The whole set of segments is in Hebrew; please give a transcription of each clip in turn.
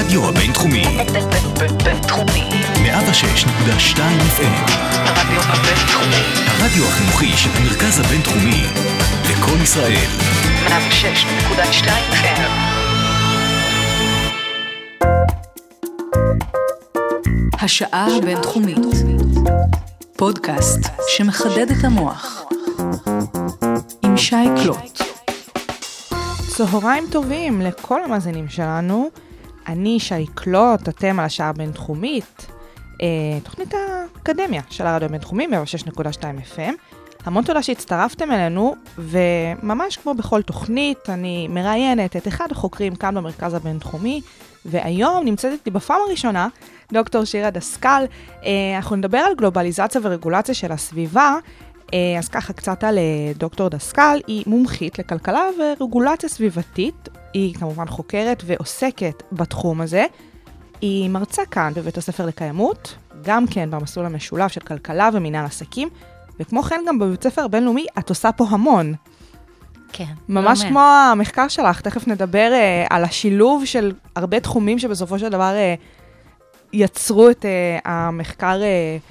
הרדיו הבינתחומי. בינתחומי. 106.2 FM. הרדיו הבינתחומי. הרדיו החינוכי של המרכז הבינתחומי. לקום ישראל. 106.2 FM. השעה הבינתחומית. פודקאסט שמחדד את המוח. עם שי קלוט. צהריים טובים לכל המאזינים שלנו. אני שי קלוט, אתם על השעה הבינתחומית. תוכנית האקדמיה של הרדיו הבינתחומי, 106.2 FM. המון תודה שהצטרפתם אלינו, וממש כמו בכל תוכנית, אני מראיינת את אחד החוקרים כאן במרכז הבינתחומי, והיום נמצאת איתי בפעם הראשונה דוקטור שירה דסקל. אנחנו נדבר על גלובליזציה ורגולציה של הסביבה, אז ככה קצת על דוקטור דסקל. היא מומחית לכלכלה ורגולציה סביבתית, היא כמובן חוקרת ועוסקת בתחום הזה. היא מרצה כאן בבית הספר לקיימות, גם כן במסלול המשולב של כלכלה ומינהל עסקים, וכמו כן גם בבית ספר בינלאומי את עושה פה המון. כן. ממש כמו המחקר שלך, תכף נדבר על השילוב של הרבה תחומים שבסופו של דבר יצרו את המחקר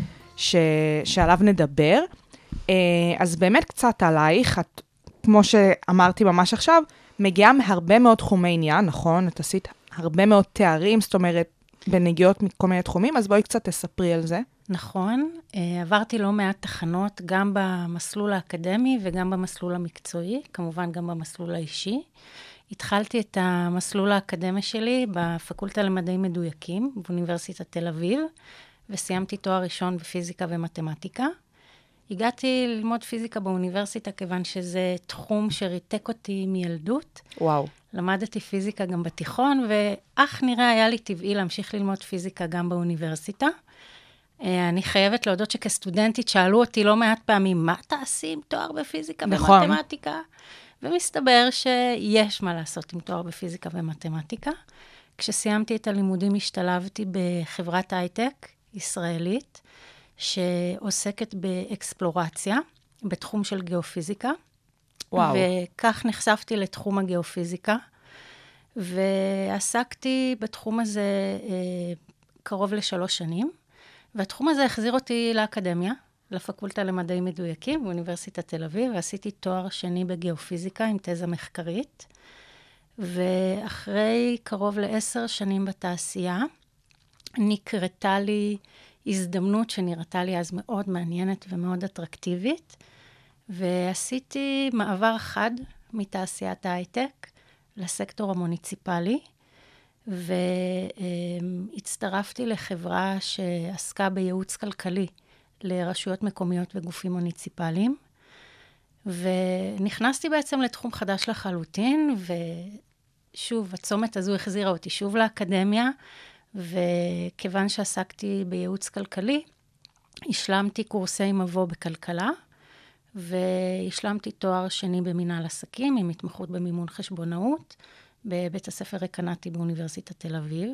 שעליו נדבר. אז באמת קצת עלייך, את, כמו שאמרתי ממש עכשיו, מגיעה מהרבה מאוד תחומי עניין, נכון? את עשית הרבה מאוד תארים, זאת אומרת, בנגיעות מכל מיני תחומים, אז בואי קצת תספרי על זה. נכון, עברתי לא מעט תחנות, גם במסלול האקדמי וגם במסלול המקצועי, כמובן גם במסלול האישי. התחלתי את המסלול האקדמי שלי בפקולטה למדעים מדויקים, באוניברסיטת תל אביב, וסיימתי תואר ראשון בפיזיקה ומתמטיקה. הגעתי ללמוד פיזיקה באוניברסיטה, כיוון שזה תחום שריתק אותי מילדות. וואו. למדתי פיזיקה גם בתיכון, ואך נראה היה לי טבעי להמשיך ללמוד פיזיקה גם באוניברסיטה. אני חייבת להודות שכסטודנטית שאלו אותי לא מעט פעמים, מה תעשי עם תואר בפיזיקה ומתמטיקה? ומסתבר שיש מה לעשות עם תואר בפיזיקה ומתמטיקה. כשסיימתי את הלימודים השתלבתי בחברת הייטק ישראלית, שעוסקת באקספלורציה, בתחום של גיאופיזיקה. וואו. וכך נחשפתי לתחום הגיאופיזיקה, ועסקתי בתחום הזה קרוב ל3 שנים, והתחום הזה החזיר אותי לאקדמיה, לפקולטה למדעים מדויקים, באוניברסיטת תל אביב, ועשיתי תואר שני בגיאופיזיקה עם תזה מחקרית, ואחרי קרוב ל10 שנים בתעשייה, נקרתה לי הזדמנות שנראתה לי אז מאוד מעניינת ומאוד אטרקטיבית, ועשיתי מעבר חד מתעשיית ההייטק לסקטור המוניציפלי, והצטרפתי לחברה שעסקה בייעוץ כלכלי לרשויות מקומיות וגופים מוניציפליים, ונכנסתי בעצם לתחום חדש לחלוטין, ושוב, הצומת הזו החזירה אותי שוב לאקדמיה, וכיוון שעסקתי בייעוץ כלכלי, השלמתי קורסי מבוא בכלכלה, והשלמתי תואר שני במינהל עסקים, עם התמחות במימון חשבונאות, בבית הספר רקנתי באוניברסיטת תל אביב.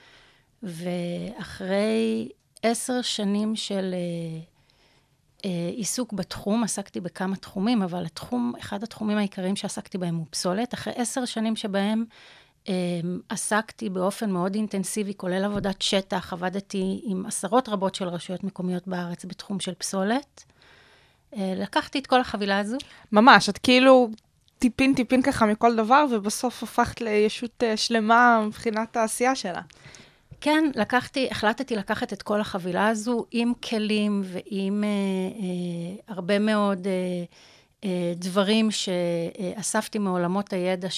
ואחרי 10 שנים של עיסוק בתחום, עסקתי בכמה תחומים, אבל אחד התחומים העיקריים שעסקתי בהם הוא פסולת. אחרי 10 שנים שבהם עסקתי באופן מאוד אינטנסיבי, כולל עבודת שטח, עבדתי עם עשרות רבות של רשויות מקומיות בארץ בתחום של פסולת. לקחתי את כל החבילה הזו. ממש, את כאילו טיפין ככה מכל דבר, ובסוף הפכת לישות שלמה מבחינת העשייה שלה. כן, החלטתי לקחת את כל החבילה הזו עם כלים ועם הרבה מאוד דברים שאספתי מעולמות הידע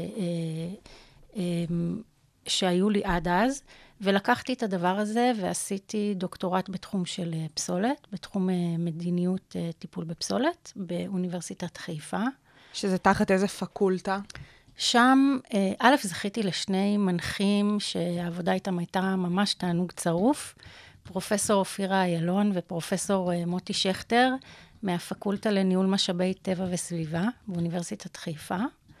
שהיו לי עד אז, ולקחתי את הדבר הזה ועשיתי דוקטורט בתחום של פסולת, בתחום מדיניות טיפול בפסולת, באוניברסיטת חיפה. שזה תחת איזה פקולטה? שם, זכיתי לשני מנחים שהעבודה איתם הייתה ממש תענוג צרוף, פרופסור אופירה איילון ופרופסור מוטי שכטר, מהפקולטה לניהול משאבי טבע וסביבה, באוניברסיטת חיפה.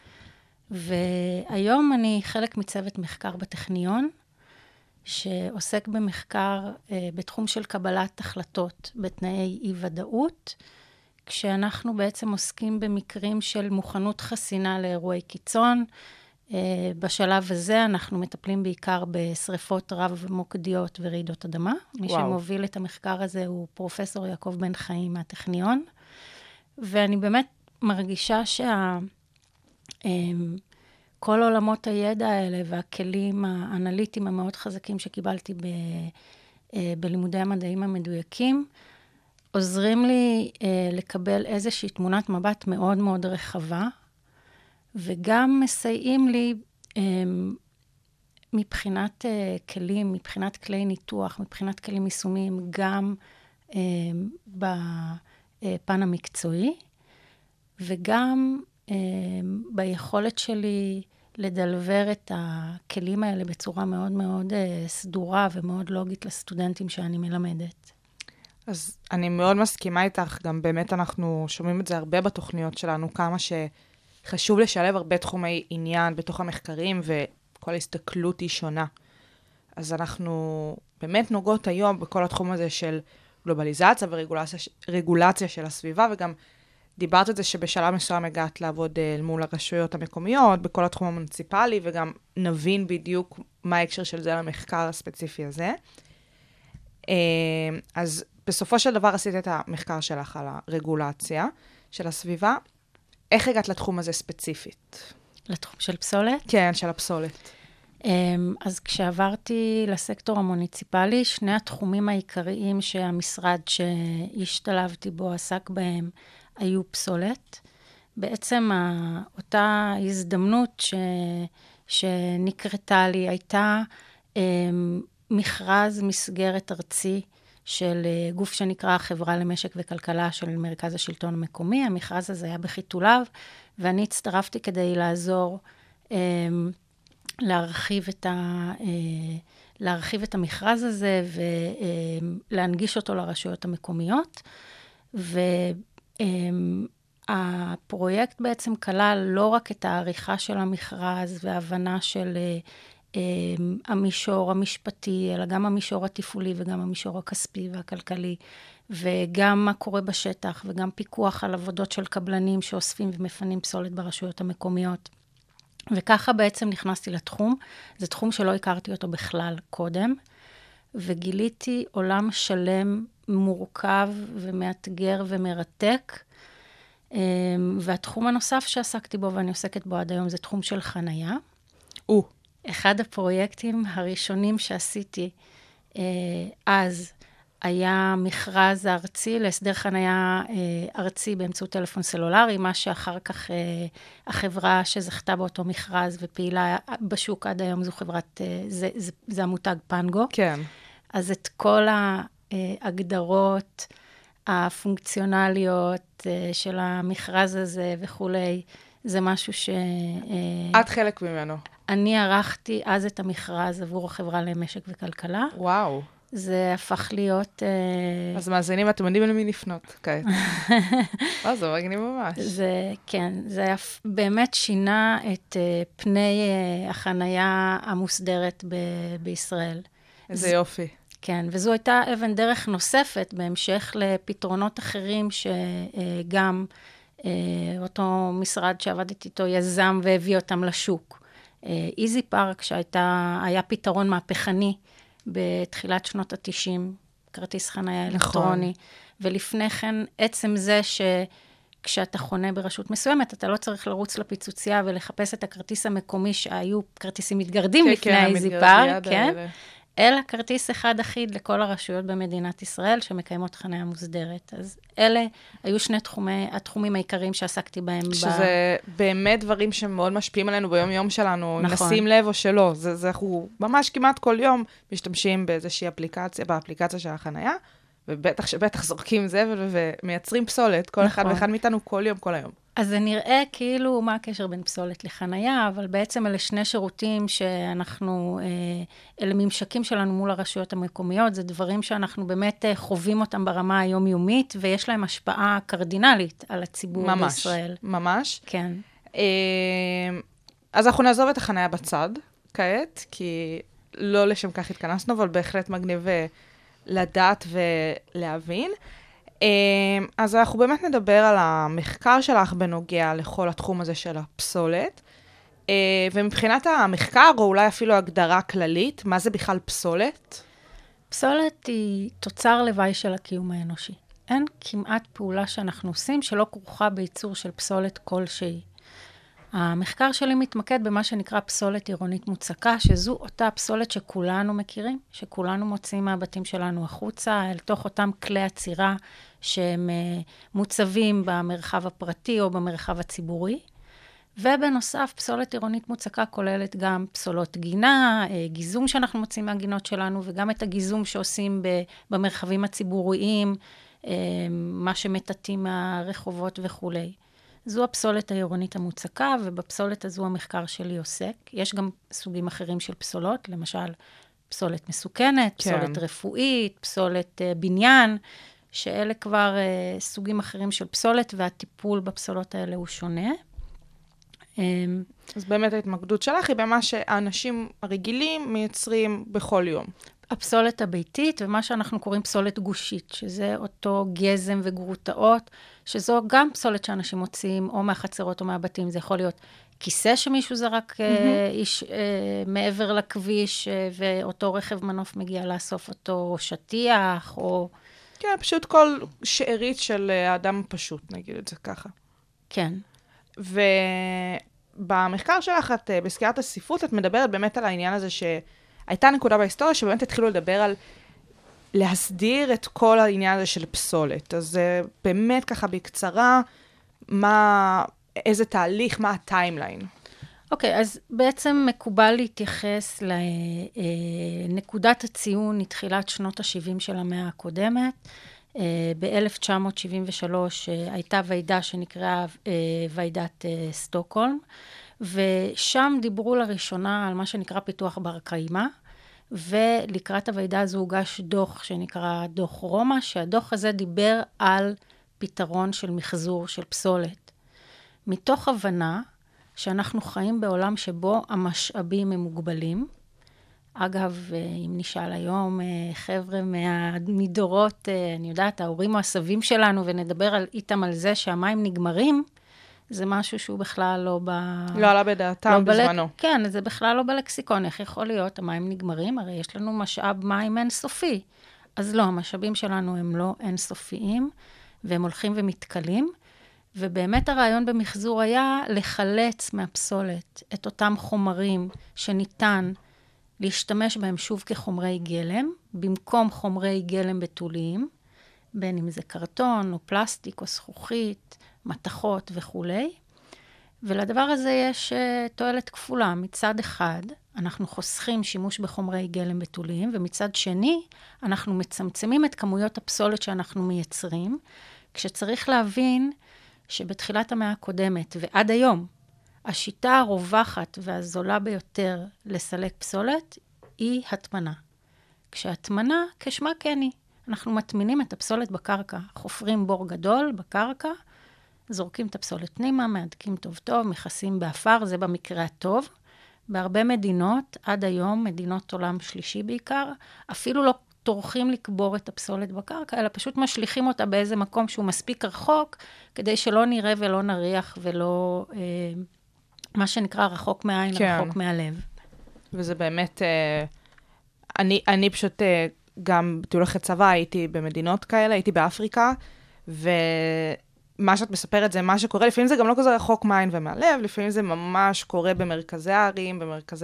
והיום אני חלק מצוות מחקר בטכניון, שעוסק במחקר בתחום של קבלת החלטות בתנאי אי-ודאות, כשאנחנו בעצם עוסקים במקרים של מוכנות חסינה לאירועי קיצון, בשלב הזה אנחנו מטפלים בעיקר בשריפות רב-מוקדיות ורעידות אדמה. מי שמוביל את המחקר הזה הוא פרופסור יעקב בן חיים מהטכניון, ואני באמת מרגישה כל עולמות הידע האלה והכלים האנליטיים המאוד חזקים שקיבלתי בלימודי המדעים המדויקים, עוזרים לי לקבל איזושהי תמונת מבט מאוד מאוד רחבה, וגם מסייעים לי מבחינת כלים, מבחינת כלי ניתוח, מבחינת כלים יישומיים, גם בפן המקצועי, וגם ביכולת שלי לדלבר את הכלים האלה בצורה מאוד מאוד סדורה ומאוד לוגית לסטודנטים שאני מלמדת. אז אני מאוד מסכימה איתך, גם באמת אנחנו שומעים את זה הרבה בתוכניות שלנו, כמה שחשוב לשלב הרבה תחומי עניין בתוך המחקרים, וכל ההסתכלות היא שונה. אז אנחנו באמת נוגעות היום בכל התחום הזה של גלובליזציה ורגולציה של הסביבה, וגם דיברת את זה שבשלב מסוים הגעת לעבוד מול הרשויות המקומיות, בכל התחום המוניציפלי, וגם נבין בדיוק מה ההקשר של זה למחקר הספציפי הזה. אז בסופו של דבר עשית את המחקר שלך על הרגולציה של הסביבה. איך הגעת לתחום הזה ספציפית? לתחום של פסולת? כן, של הפסולת. אז כשעברתי לסקטור המוניציפלי, שני התחומים העיקריים שהמשרד שהשתלבתי בו עסק בהם היו פסולת. בעצם אותה הזדמנות שנקרתה לי הייתה מכרז מסגרת ארצי של גוף שנקרא החברה למשק וכלכלה של מרכז השלטון המקומי. המכרז הזה היה בחיתוליו, ואני הצטרפתי כדי לעזור להרחיב את המכרז הזה ולהנגיש אותו לרשויות המקומיות. והפרויקט בעצם כלל לא רק את העריכה של המכרז וההבנה של המישור המשפטי, אלא גם המישור התפעולי וגם המישור הכספי והכלכלי, וגם מה קורה בשטח, וגם פיקוח על עבודות של קבלנים שאוספים ומפנים פסולת ברשויות המקומיות. וככה בעצם נכנסתי לתחום. זה תחום שלא הכרתי אותו בכלל קודם, וגיליתי עולם שלם מורכב ומאתגר ומרתק. והתחום הנוסף שעסקתי בו ואני עוסקת בו עד היום זה תחום של חנייה. אחד הפרויקטים הראשונים שעשיתי אז היה מכרז ארצי להסדר חנייה ארצי באמצעות טלפון סלולרי, מה שאחר כך החברה שזכתה באותו מכרז ופעילה בשוק עד היום זו חברת, זה המותג פנגו. כן. אז את כל ההגדרות הפונקציונליות של המכרז הזה וכולי, זה משהו את חלק ממנו. אני ערכתי אז את המכרז עבור החברה למשק וכלכלה. וואו. זה הפך להיות... אז מאזינים, אתם יודעים למי לפנות כעת. זה מגניב ממש. כן, זה באמת שינה את פני החנייה המוסדרת בישראל. איזה יופי. כן, וזו הייתה אבן דרך נוספת בהמשך לפתרונות אחרים שגם אותו משרד שעבדתי איתו יזם והביא אותם לשוק. איזי פארק, היה פתרון מהפכני בתחילת שנות ה-90, כרטיס חנייה אלקטרוני, ולפני כן עצם זה שכשאתה חונה ברשות מסוימת, אתה לא צריך לרוץ לפיצוצייה ולחפש את הכרטיס המקומי, שהיו כרטיסים מתגרדים לפני איזי פארק, כן? אלא כרטיס אחד אחיד לכל הרשויות במדינת ישראל, שמקיימות חניה מוסדרת. אז אלה היו שני התחומים העיקריים שעסקתי בהם. שזה באמת דברים שמאוד משפיעים עלינו ביום-יום שלנו, נכון. נשים לב או שלא. זה אנחנו ממש כמעט כל יום משתמשים באיזושהי אפליקציה, באפליקציה של החניה, ובטח זורקים זבל ומייצרים פסולת, כל אחד ואחד מאיתנו כל יום, כל היום. אז זה נראה כאילו מה הקשר בין פסולת לחנייה, אבל בעצם אלה שני שירותים שאנחנו, אלה ממשקים שלנו מול הרשויות המקומיות, זה דברים שאנחנו באמת חווים אותם ברמה היומיומית, ויש להם השפעה קרדינלית על הציבור בישראל. ממש. כן. אז אנחנו נעזוב את החנייה בצד כעת, כי לא לשם כך התכנסנו, אבל בהחלט מגניב לדעת ולהבין. אז אנחנו באמת נדבר על המחקר שלך בנוגע לכל התחום הזה של הפסולת. ומבחינת המחקר, או אולי אפילו הגדרה כללית, מה זה בכלל פסולת? פסולת היא תוצר לוואי של הקיום האנושי. אין כמעט פעולה שאנחנו עושים שלא כרוכה בייצור של פסולת כלשהי. המחקר שלי מתמקד במה שנקרא פסולת עירונית מוצקה, שזו אותה פסולת שכולנו מכירים, שכולנו מוצאים מהבתים שלנו החוצה, אל תוך אותם כלי עצירה שהם מוצבים במרחב הפרטי או במרחב הציבורי. ובנוסף, פסולת עירונית מוצקה כוללת גם פסולות גינה, גיזום שאנחנו מוצאים מהגינות שלנו, וגם את הגיזום שעושים במרחבים הציבוריים, מה שמטאטים מהרחובות וכו'. זו הפסולת העירונית המוצקה, ובפסולת הזו המחקר שלי עוסק. יש גם סוגים אחרים של פסולות, למשל פסולת מסוכנת, פסולת רפואית, פסולת בניין, שאלה כבר סוגים אחרים של פסולת, והטיפול בפסולות האלה הוא שונה. אז באמת ההתמקדות שלך היא במה שהאנשים הרגילים מייצרים בכל יום. הפסולת הביתית, ומה שאנחנו קוראים פסולת גושית, שזה אותו גזם וגרוטאות, שזו גם פסולת שאנשים מוצאים או מהחצרות או מהבתים. זה יכול להיות כיסא שמישהו זרק מעבר לכביש, ואותו רכב מנוף מגיע לאסוף אותו, או שטיח, או... כן, פשוט כל שארית של האדם פשוט, נגיד את זה ככה. כן. ובמחקר שלך, בסקירת הספרות, את מדברת באמת על העניין הזה שהייתה נקודה בהיסטוריה שבאמת התחילו לדבר על להסדיר את כל העניין הזה של פסולת. אז באמת ככה בקצרה, איזה תהליך, מה הטיימליין? אוקיי, אז בעצם מקובל להתייחס לנקודת הציון לתחילת שנות ה-70 של המאה הקודמת. ב-1973 הייתה ועידה שנקראה ועידת סטוקהולם, ושם דיברו לראשונה על מה שנקרא פיתוח בר קיימא, ולקראת הוועידה הזו הוגש דוח שנקרא דוח רומא, שהדוח הזה דיבר על פתרון של מחזור של פסולת. מתוך הבנה שאנחנו חיים בעולם שבו המשאבים הם מוגבלים. אגב, אם נשאל היום חבר'ה מדורות, אני יודעת, ההורים או הסבים שלנו, ונדבר איתם על זה שהמים נגמרים, זה משהו שהוא בכלל לא עלה בדעתם בזמנו. כן, זה בכלל לא בלקסיקון. איך יכול להיות? המים נגמרים, הרי יש לנו משאב מים אינסופי. אז לא, המשאבים שלנו הם לא אינסופיים, והם הולכים ומתקלים. ובאמת הרעיון במחזור היה לחלץ מהפסולת את אותם חומרים שניתן להשתמש בהם שוב כחומרי גלם, במקום חומרי גלם בתוליים, בין אם זה קרטון או פלסטיק או זכוכית, מתכות וכו'. ולדבר הזה יש תועלת כפולה. מצד אחד, אנחנו חוסכים שימוש בחומרי גלם בתוליים, ומצד שני, אנחנו מצמצמים את כמויות הפסולת שאנחנו מייצרים, כשצריך להבין שבתחילת המאה הקודמת ועד היום, השיטה הרווחת והזולה ביותר לסלק פסולת היא הטמנה. כשהטמנה כשמה כן היא. אנחנו מטמינים את הפסולת בקרקע, חופרים בור גדול בקרקע, זורקים את הפסולת פנימה, מהדקים טוב טוב, מכסים באפר, זה במקרה הטוב. בהרבה מדינות, עד היום, מדינות עולם שלישי בעיקר, אפילו לא טורחים לקבור את הפסולת בקרקע, אלא פשוט משליכים אותה באיזה מקום שהוא מספיק רחוק, כדי שלא נראה ולא נריח ולא, מה שנקרא רחוק מהעין, כן. רחוק מהלב. וזה באמת, אני פשוט גם בטיולכת צבא, הייתי במדינות כאלה, הייתי באפריקה, ומה שאת מספרת זה מה שקורה, לפעמים זה גם לא כזה רחוק מהעין ומהלב, לפעמים זה ממש קורה במרכזי הערים, במרכזי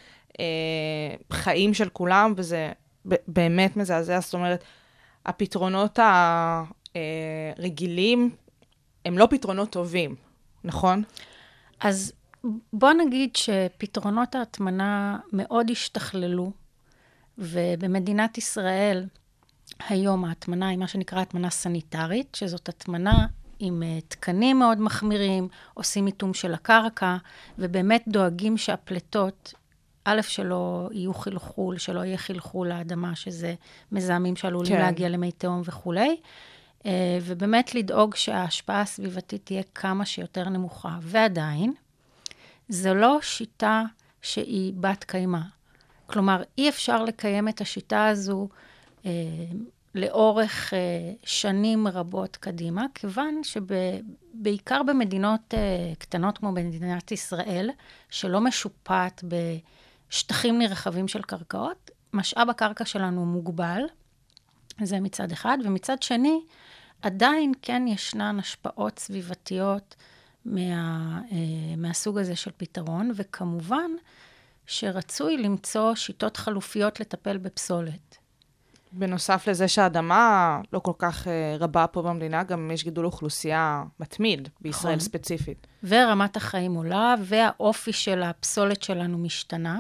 החיים של כולם, וזה באמת מזעזע, זאת אומרת, הפתרונות הרגילים הם לא פתרונות טובים, נכון? אז בוא נגיד שפתרונות ההטמנה מאוד השתכללו, ובמדינת ישראל היום ההטמנה היא מה שנקרא הטמנה סניטרית, שזאת הטמנה עם תקנים מאוד מחמירים, עושים איתום של הקרקע, ובאמת דואגים שהפלטות א', שלא יהיו חלחול, שלא יהיה חלחול לאדמה, שזה מזהמים שעלולים להגיע למי תהום וכו'. ובאמת לדאוג שההשפעה הסביבתית תהיה כמה שיותר נמוכה. ועדיין, זו לא שיטה שהיא בת קיימא. כלומר, אי אפשר לקיים את השיטה הזו לאורך שנים רבות קדימה, כיוון שבעיקר במדינות קטנות כמו במדינת ישראל, שלא משופעת בשטחים נרחבים של קרקעות, משאב הקרקע שלנו מוגבל, זה מצד אחד, ומצד שני, עדיין כן ישנן השפעות סביבתיות מהסוג הזה של פתרון, וכמובן שרצוי למצוא שיטות חלופיות לטפל בפסולת. בנוסף לזה שהאדמה לא כל כך רבה פה במדינה, גם יש גידול אוכלוסייה מתמיד, בישראל ספציפית. ורמת החיים עולה, והאופי של הפסולת שלנו משתנה.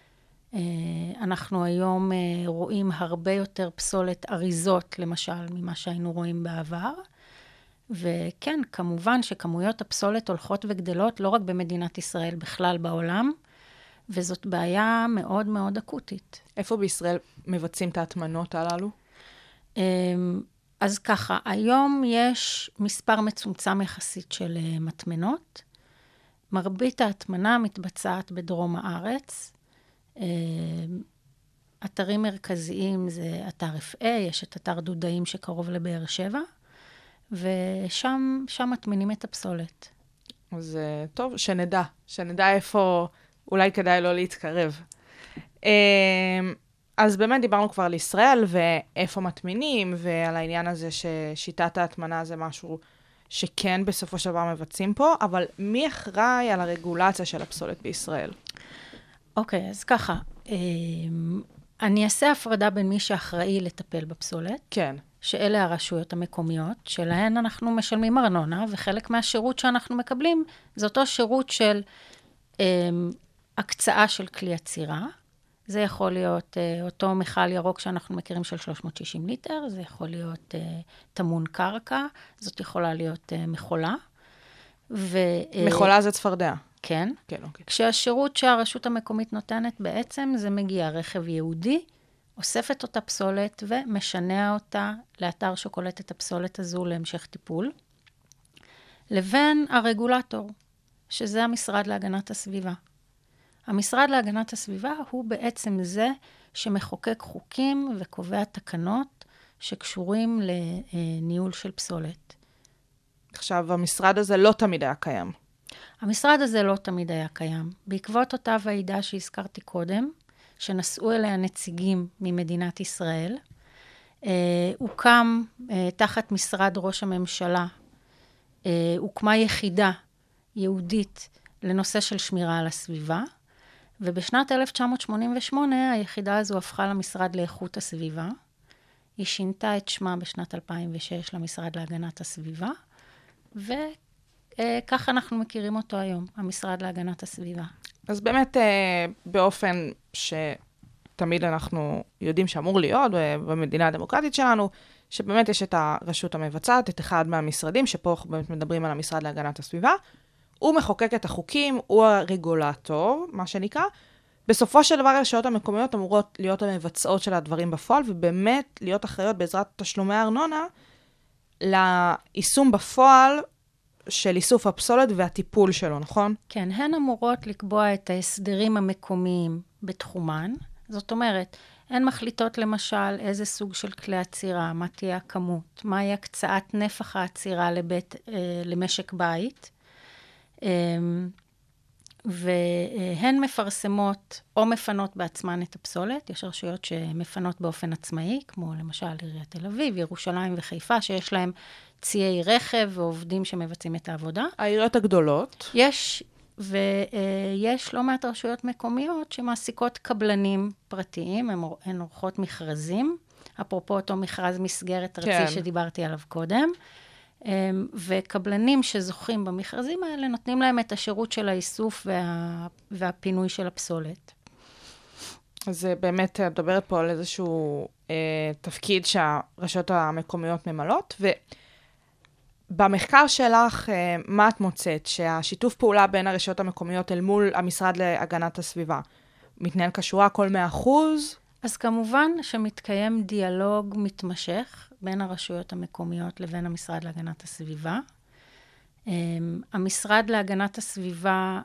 אנחנו היום רואים הרבה יותר פסולת אריזות, למשל, ממה שהיינו רואים בעבר. וכן, כמובן שכמויות הפסולת הולכות וגדלות, לא רק במדינת ישראל, בכלל בעולם, וזאת בעיה מאוד מאוד אקוטית. איפה בישראל מבצעים את ההטמנות הללו? אז ככה, היום יש מספר מצומצם יחסית של מטמנות. מרבית ההטמנה מתבצעת בדרום הארץ. אתרים מרכזיים זה אתר FA, יש את אתר דודאים שקרוב לבאר שבע, ושם מטמינים את הפסולת. אז טוב, שנדע איפה אולי כדאי לא להתקרב. אז באמת דיברנו כבר על ישראל ואיפה מטמינים, ועל העניין הזה ששיטת ההטמנה זה משהו שכן בסופו של דבר מבצעים פה, אבל מי אחראי על הרגולציה של הפסולת בישראל? אוקיי, אז ככה, אני אעשה הפרדה בין מי שאחראי לטפל בפסולת. כן. שאלה הרשויות המקומיות, שלהן אנחנו משלמים ארנונה, וחלק מהשירות שאנחנו מקבלים, זה אותו שירות של הקצאה של כלי עצירה. זה יכול להיות אותו מכל ירוק שאנחנו מכירים של 360 ליטר, זה יכול להיות תמון קרקע, זאת יכולה להיות מכולה. מכולה זה צפרדע. כן. כן, אוקיי. כשהשירות שהרשות המקומית נותנת בעצם, זה מגיע רכב יהודי, אוספת אותה פסולת ומשנע אותה לאתר שקולט את הפסולת הזו להמשך טיפול, לבין הרגולטור, שזה המשרד להגנת הסביבה. המשרד להגנת הסביבה הוא בעצם זה שמחוקק חוקים וקובע תקנות שקשורים לניהול של פסולת. עכשיו, המשרד הזה לא תמיד היה קיים. המשרד הזה לא תמיד היה קיים. בעקבות אותה ועידה שהזכרתי קודם, שנסעו אליה נציגים ממדינת ישראל, הוקם תחת משרד ראש הממשלה, הוקמה יחידה יהודית לנושא של שמירה על הסביבה, ובשנת 1988 היחידה הזו הפכה למשרד לאיכות הסביבה. היא שינתה את שמה בשנת 2006 למשרד להגנת הסביבה, וכך אנחנו מכירים אותו היום, המשרד להגנת הסביבה. אז באמת באופן שתמיד אנחנו יודעים שאמור להיות במדינה הדמוקרטית שלנו, שבאמת יש את הרשות המבצעת, את אחד מהמשרדים, שפה אנחנו באמת מדברים על המשרד להגנת הסביבה, הוא מחוקק את החוקים, הוא הרגולטור, מה שנקרא. בסופו של דבר, הרשויות המקומיות אמורות להיות המבצעות של הדברים בפועל, ובאמת להיות אחראיות בעזרת תשלומי הארנונה, ליישום בפועל של איסוף הפסולת והטיפול שלו, נכון? כן, הן אמורות לקבוע את ההסדרים המקומיים בתחומן. זאת אומרת, הן מחליטות למשל איזה סוג של כלי עצירה, מה תהיה הכמות, מהי הקצאת נפח העצירה למשק בית, והן מפרסמות או מפנות בעצמן את הפסולת. יש רשויות שמפנות באופן עצמאי, כמו למשל עיריית תל אביב, ירושלים וחיפה, שיש להם ציי רכב ועובדים שמבצעים את העבודה. העיריות הגדולות. ויש לא מעט רשויות מקומיות שמעסיקות קבלנים פרטיים, הן עורכות מכרזים, אפרופו אותו מכרז מסגרת ארצי כן. שדיברתי עליו קודם, וקבלנים שזוכים במכרזים האלה נותנים להם את השירות של האיסוף והפינוי של הפסולת. אז באמת מדברת פה על איזשהו תפקיד שהרשויות המקומיות ממלאות, ובמחקר שלך, מה את מוצאת? שהשיתוף פעולה בין הרשויות המקומיות אל מול המשרד להגנת הסביבה מתנהל כשורה כל 100%? אז כמובן שמתקיים דיאלוג מתמשך בין הרשויות המקומיות לבין המשרד להגנת הסביבה. המשרד להגנת הסביבה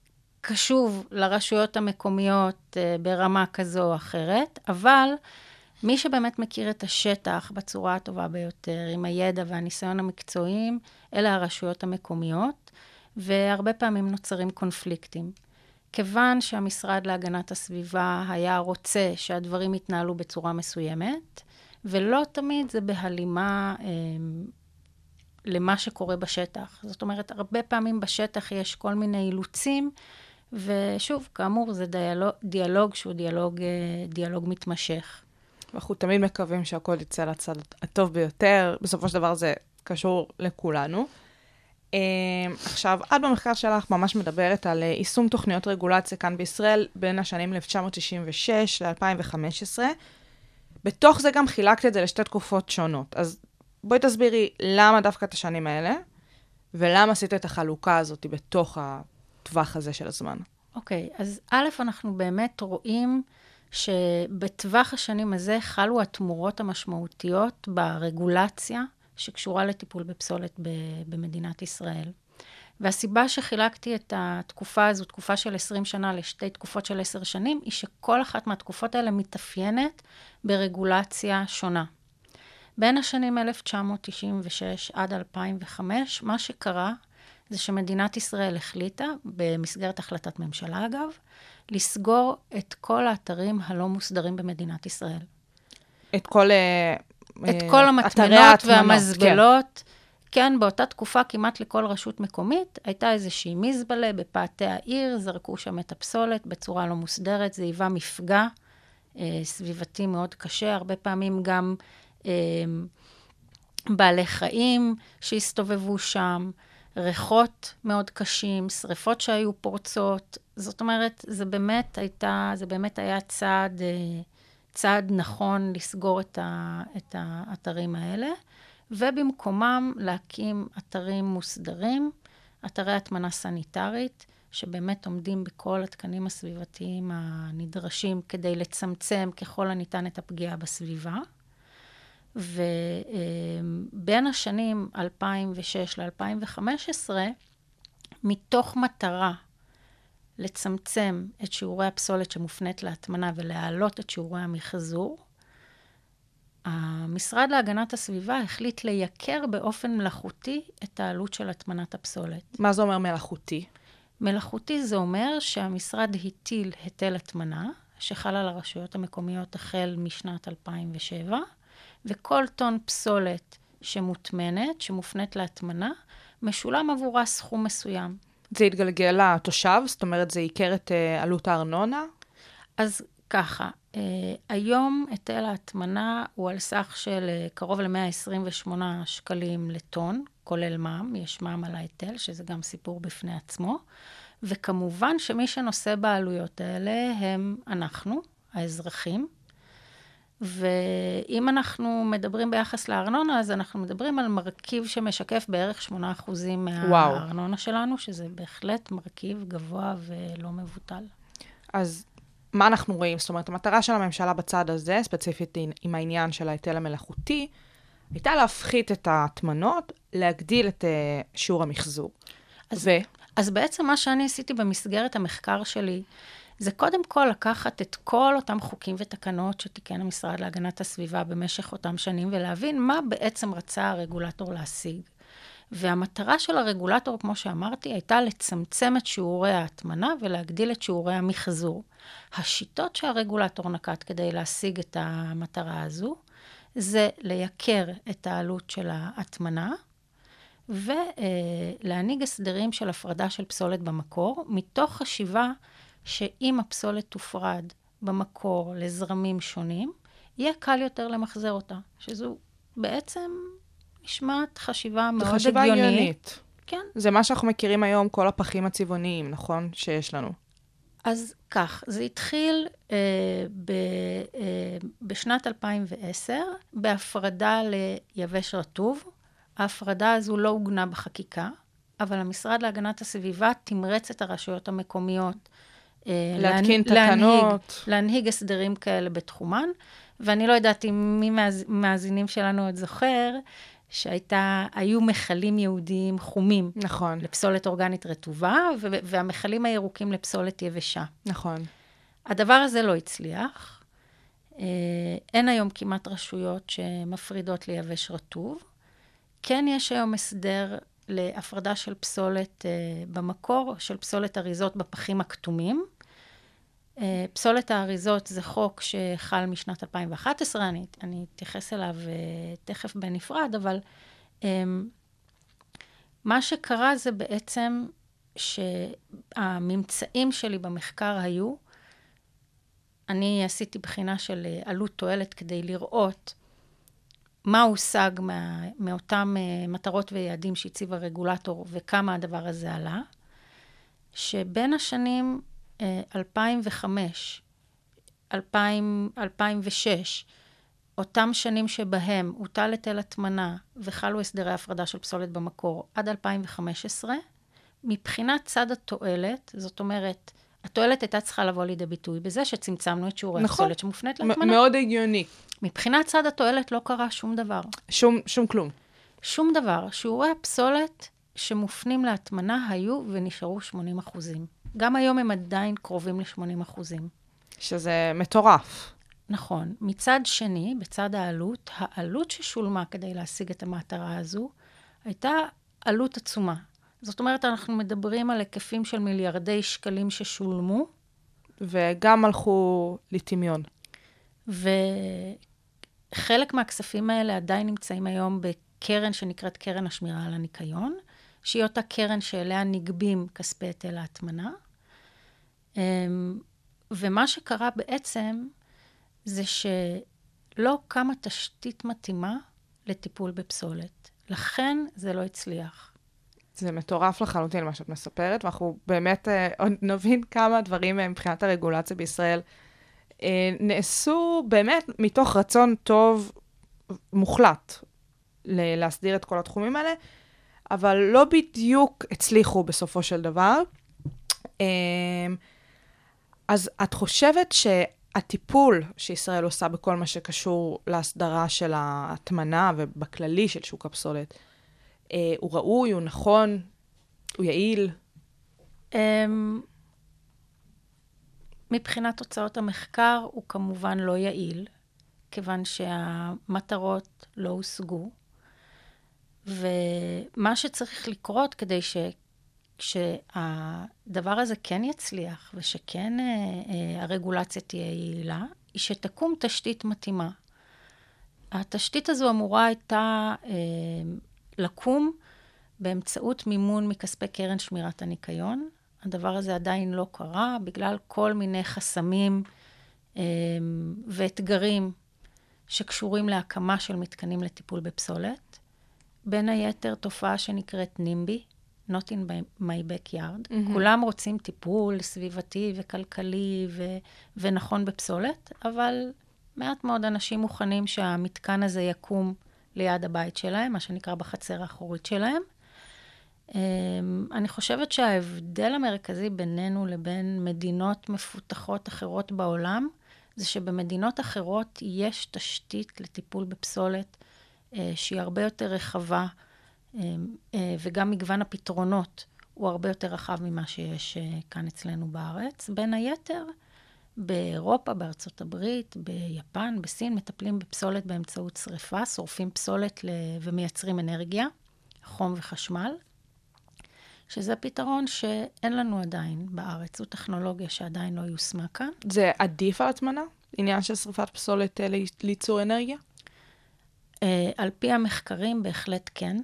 קשוב לרשויות המקומיות ברמה כזו או אחרת, אבל מי שבאמת מכיר את השטח בצורה הטובה ביותר, עם הידע והניסיון המקצועיים, אלה הרשויות המקומיות, והרבה פעמים נוצרים קונפליקטים. כיוון שהמשרד להגנת הסביבה היה רוצה שהדברים יתנהלו בצורה מסוימת, ולא תמיד זה בהלימה למה שקורה בשטח. זאת אומרת, הרבה פעמים בשטח יש כל מיני אילוצים, ושוב, כאמור, זה דיאלוג שהוא דיאלוג מתמשך. אנחנו תמיד מקווים שהכל יצא לצד הטוב ביותר. בסופו של דבר זה קשור לכולנו. עכשיו, את במחקר שלך ממש מדברת על יישום תוכניות רגולציה כאן בישראל בין השנים 1996 ל-2015. בתוך זה גם חילקת את זה לשתי תקופות שונות. אז בואי תסבירי למה דווקא את השנים האלה, ולמה עשית את החלוקה הזאת בתוך הטווח הזה של הזמן. אוקיי, אז א', אנחנו באמת רואים שבטווח השנים הזה חלו התמורות המשמעותיות ברגולציה שקשורה לטיפול בפסולת במדינת ישראל. והסיבה שחילקתי את התקופה הזו, תקופה של 20 שנה לשתי תקופות של 10 שנים, היא שכל אחת מהתקופות האלה מתאפיינת ברגולציה שונה. בין השנים 1996 עד 2005, מה שקרה זה שמדינת ישראל החליטה, במסגרת החלטת ממשלה אגב, לסגור את כל האתרים הלא מוסדרים במדינת ישראל. את כל המטמנות והמזבלות. כן, באותה תקופה כמעט לכל רשות מקומית, הייתה איזושהי מזבלה בפאתי העיר, זרקו שם את הפסולת בצורה לא מוסדרת, זה היווה מפגע סביבתי מאוד קשה, הרבה פעמים גם בעלי חיים שהסתובבו שם, ריחות מאוד קשים, שריפות שהיו פורצות. זאת אומרת, זה באמת היה צעד נכון לסגור את האתרים האלה, ובמקומם להקים אתרים מוסדרים, אתרי הטמנה סניטרית, שבאמת עומדים בכל התקנים הסביבתיים הנדרשים כדי לצמצם ככל הניתן את הפגיעה בסביבה. ובין השנים 2006 ל-2015, מתוך מטרה לצמצם את שיעורי הפסולת שמופנית להטמנה ולהעלות את שיעורי המחזור, המשרד להגנת הסביבה החליט לייקר באופן מלאכותי את העלות של הטמנת הפסולת. מה זה אומר מלאכותי? מלאכותי זה אומר שהמשרד הטיל היטל הטמנה, שחל על הרשויות המקומיות החל משנת 2007, וכל טון פסולת שמוטמנת, שמופנית להטמנה, משולם עבורה סכום מסוים. זה יתגלגל לתושב? זאת אומרת, זה ייקר את עלות הארנונה? אז ככה, היום היטל ההטמנה הוא על סך של קרוב ל-128 שקלים לטון, כולל מע"מ, יש מע"מ על ההיטל, שזה גם סיפור בפני עצמו, וכמובן שמי שנושא בעלויות האלה הם אנחנו, האזרחים, ואם אנחנו מדברים ביחס לארנונה, אז אנחנו מדברים על מרכיב שמשקף בערך 8% מהארנונה שלנו, שזה בהחלט מרכיב גבוה ולא מבוטל. אז מה אנחנו רואים? זאת אומרת, המטרה של הממשלה בצד הזה, ספציפית עם העניין של ההיטל המלאכותי, הייתה להפחית את ההטמנות, להגדיל את שיעור המחזור. אז בעצם מה שאני עשיתי במסגרת המחקר שלי, זה קודם כל לקחת את כל אותם חוקים ותקנות שתיקן המשרד להגנת הסביבה במשך אותם שנים, ולהבין מה בעצם רצה הרגולטור להשיג. והמטרה של הרגולטור, כמו שאמרתי, הייתה לצמצם את שיעורי ההטמנה ולהגדיל את שיעורי המחזור. השיטות שהרגולטור נקט כדי להשיג את המטרה הזו, זה לייקר את העלות של ההטמנה, ולהנהיג הסדרים של הפרדה של פסולת במקור, מתוך חשיבה שאם הפסולת תופרד במקור לזרמים שונים, יהיה קל יותר למחזר אותה, שזו בעצם נשמעת חשיבה מאוד הגיונית. חשיבה הגיונית. כן. זה מה שאנחנו מכירים היום, כל הפחים הצבעוניים, נכון? שיש לנו. אז כך, זה התחיל בשנת 2010, בהפרדה ליבש רטוב. ההפרדה הזו לא הוגנה בחקיקה, אבל המשרד להגנת הסביבה תמרץ את הרשויות המקומיות להתקין תקנות. להנהיג הסדרים כאלה בתחומן, ואני לא יודעת אם מי מהמאזינים שלנו עוד זוכר, שהיו מחלים יהודיים חומים. נכון. לפסולת אורגנית רטובה, והמחלים הירוקים לפסולת יבשה. נכון. הדבר הזה לא הצליח, אין היום כמעט רשויות שמפרידות ליבש רטוב. כן יש היום הסדר להפרדה של פסולת במקור, של פסולת אריזות בפחים הכתומים. פסולת האריזות זה חוק שחל משנת 2011, אני אתייחס אליו תכף בנפרד, אבל מה שקרה זה בעצם שהממצאים שלי במחקר היו, אני עשיתי בחינה של עלות תועלת כדי לראות מה הושג מאותם מטרות ויעדים שהציב הרגולטור וכמה הדבר הזה עלה, שבין השנים 2005, 2006, אותם שנים שבהם הוטל היטל הטמנה וחלו הסדרי הפרדה של פסולת במקור עד 2015, מבחינת צד התועלת, זאת אומרת, התועלת הייתה צריכה לבוא לידי ביטוי בזה שצמצמנו את שיעורי הפסולת שמופנית להטמנה. מאוד הגיוני. מבחינת צד התועלת לא קרה שום דבר. שום כלום. שום דבר. שיעורי הפסולת שמופנים להטמנה היו ונשארו 80%. גם היום הם עדיין קרובים ל-80%. שזה מטורף. נכון. מצד שני, בצד העלות ששולמה כדי להשיג את המטרה הזו, הייתה עלות עצומה. זאת אומרת, אנחנו מדברים על היקפים של מיליארדי שקלים ששולמו. וגם הלכו לטמיון. וחלק מהכספים האלה עדיין נמצאים היום בקרן שנקראת קרן השמירה על הניקיון, שהיא אותה קרן שאליה נגבים כספי היטל ההטמנה. ומה שקרה בעצם זה שלא קמה תשתית מתאימה לטיפול בפסולת. לכן זה לא הצליח. זה מטורף לחלוטין מה שאת מספרת, ואנחנו באמת עוד נבין כמה דברים מבחינת הרגולציה בישראל נעשו באמת מתוך רצון טוב מוחלט להסדיר את כל התחומים האלה, אבל לא בדיוק הצליחו בסופו של דבר. אז את חושבת שהטיפול שישראל עושה בכל מה שקשור להסדרה של ההטמנה ובכללי של שוק הפסולת, הוא ראוי, הוא נכון, הוא יעיל? מבחינת תוצאות המחקר הוא כמובן לא יעיל, כיוון שהמטרות לא הושגו. ומה שצריך לקרות כדי שהדבר הזה כן יצליח, ושכן הרגולציה תהיה יעילה, היא שתקום תשתית מתאימה. התשתית הזו אמורה הייתה לקום באמצעות מימון מכספי קרן שמירת הניקיון. הדבר הזה עדיין לא קרה, בגלל כל מיני חסמים ואתגרים שקשורים להקמה של מתקנים לטיפול בפסולת. בין היתר תופעה שנקראת נימבי, Not in my backyard. כולם רוצים טיפול סביבתי וכלכלי ונכון בפסולת, אבל מעט מאוד אנשים מוכנים שהמתקן הזה יקום ליד הבית שלהם, מה שנקרא בחצר האחורית שלהם. אני חושבת שההבדל המרכזי בינינו לבין מדינות מפותחות אחרות בעולם, זה שבמדינות אחרות יש תשתית לטיפול בפסולת שהיא הרבה יותר רחבה, וגם מגוון הפתרונות הוא הרבה יותר רחב ממה שיש כאן אצלנו בארץ. בין היתר, באירופה, בארצות הברית, ביפן, בסין, מטפלים בפסולת באמצעות שריפה, שורפים פסולת ומייצרים אנרגיה, חום וחשמל, שזה פתרון שאין לנו עדיין בארץ, זו טכנולוגיה שעדיין לא יושמה כאן. זה עדיף על הטמנה? עניין של שריפת פסולת ליצור אנרגיה? על פי המחקרים בהחלט כן.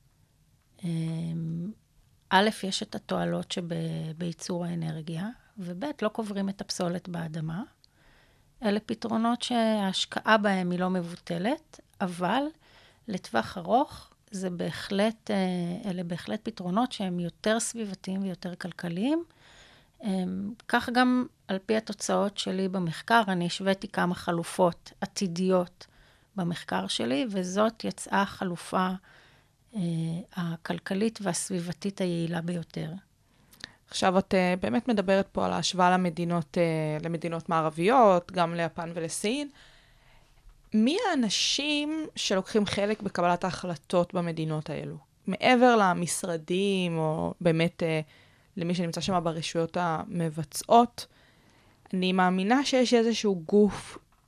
א', יש את התועלות שבייצור האנרגיה, וב', לא קוברים את הפסולת באדמה. אלה פתרונות שההשקעה בהם היא לא מבוטלת, אבל לטווח ארוך זה בהחלט, אלה בהחלט פתרונות שהם יותר סביבתיים ויותר כלכליים. כך גם על פי התוצאות שלי במחקר, אני השוויתי כמה חלופות עתידיות במחקר שלי, וזאת יצאה החלופה הכלכלית והסביבתית היעילה ביותר. עכשיו את באמת מדברת פה על ההשוואה למדינות מערביות, גם ליפן ולסין. מי האנשים שלוקחים חלק בקבלת ההחלטות במדינות האלו? מעבר למשרדים, או באמת למי שנמצא שם ברשויות המבצעות, אני מאמינה שיש איזשהו גוף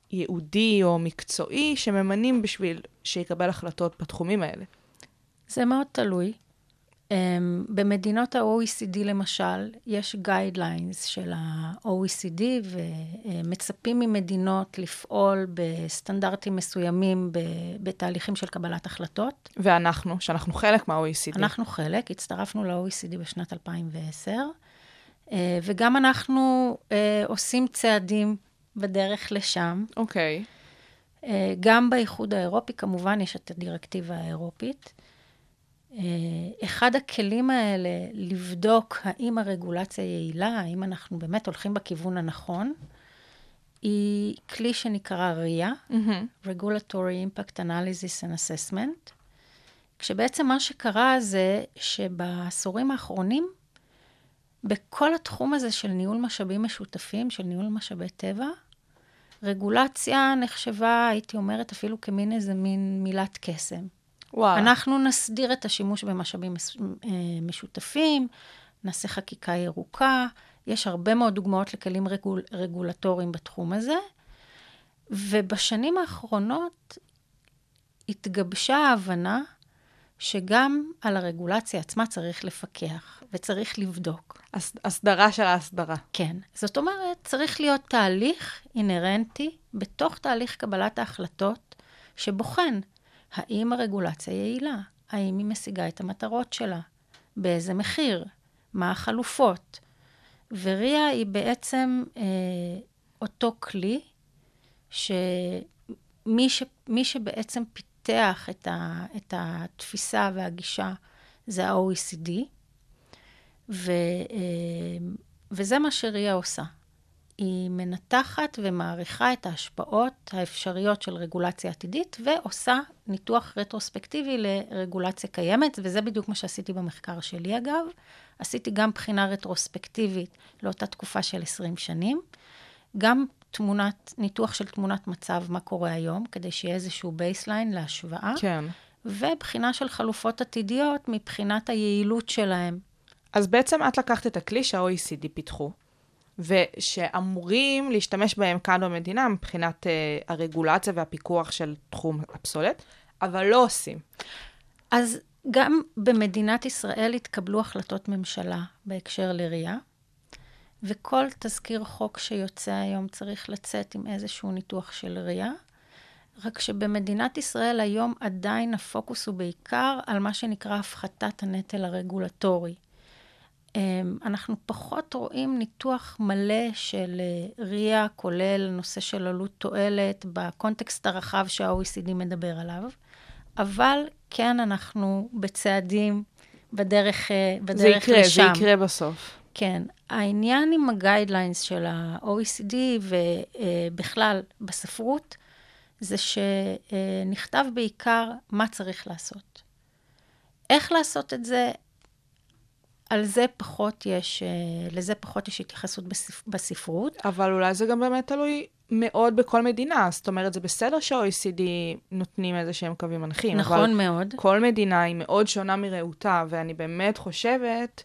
ייעודי או מקצועי שממנים בשביל שיקבל החלטות בתחומים האלה? זה מאוד תלוי. במדינות ה-OECD למשל, יש guidelines של ה-OECD, ומצפים ממדינות לפעול בסטנדרטים מסוימים בתהליכים של קבלת החלטות. ואנחנו, שאנחנו חלק מה-OECD. אנחנו חלק, הצטרפנו ל-OECD בשנת 2010, וגם אנחנו עושים צעדים בדרך לשם. אוקיי. גם באיחוד האירופי, כמובן, יש את הדירקטיבה האירופית. אחד הכלים האלה לבדוק האם הרגולציה יעילה, האם אנחנו באמת הולכים בכיוון הנכון, היא כלי שנקרא RIA, Regulatory Impact Analysis and Assessment, כשבעצם מה שקרה זה שבעשורים האחרונים, בכל התחום הזה של ניהול משאבים משותפים, של ניהול משאבי טבע, רגולציה נחשבה, הייתי אומרת, אפילו כמין איזה מין מילת קסם. וואו. אנחנו נסדיר את השימוש במשאבים משותפים, נעשה חקיקה ירוקה, יש הרבה מאוד דוגמאות לכלים רגולטוריים בתחום הזה, ובשנים האחרונות התגבשה ההבנה שגם על הרגולציה עצמה צריך לפקח וצריך לבדוק. הסדרה של ההסדרה. כן. זאת אומרת, צריך להיות תהליך אינרנטי בתוך תהליך קבלת ההחלטות שבוחן האם הרגולציה יעילה, האם היא משיגה את המטרות שלה, באיזה מחיר, מה החלופות. וריה היא בעצם אותו כלי שמי שבעצם פיתח את התפיסה והגישה זה ה-OECD, וזה מה שריה עושה. היא מנתחת ומעריכה את ההשפעות האפשריות של רגולציה עתידית, ועושה ניתוח רטרוספקטיבי לרגולציה קיימת, וזה בדיוק מה שעשיתי במחקר שלי אגב. עשיתי גם בחינה רטרוספקטיבית לאותה תקופה של 20 שנים, גם ניתוח של תמונת מצב מה קורה היום, כדי שיהיה איזשהו בייסליין להשוואה, כן. ובחינה של חלופות עתידיות מבחינת היעילות שלהם. אז בעצם את לקחת את הכלי שה-OECD פיתחו, ושאמורים להשתמש בהם כאן במדינה מבחינת הרגולציה והפיקוח של תחום הפסולת, אבל לא עושים. אז גם במדינת ישראל התקבלו החלטות ממשלה בהקשר לריה, וכל תזכיר חוק שיוצא היום צריך לצאת עם איזשהו ניתוח של ריה, רק שבמדינת ישראל היום עדיין הפוקוס הוא בעיקר על מה שנקרא הפחתת הנטל הרגולטורי. אנחנו פחות רואים ניתוח מלא של ריה, כולל נושא של עלות תועלת, בקונטקסט הרחב שה-OECD מדבר עליו, אבל כן אנחנו בצעדים בדרך לשם. זה יקרה בסוף. כן, העניין עם הגיידליינס של ה-OECD ובכלל בספרות, זה שנכתב בעיקר מה צריך לעשות. איך לעשות את זה, לזה פחות יש התייחסות בספרות. אבל אולי זה גם באמת תלוי מאוד בכל מדינה. זאת אומרת, זה בסדר שה-OECD נותנים איזה שהם קווים מנחים. נכון מאוד. כל מדינה היא מאוד שונה מרעותה, ואני באמת חושבת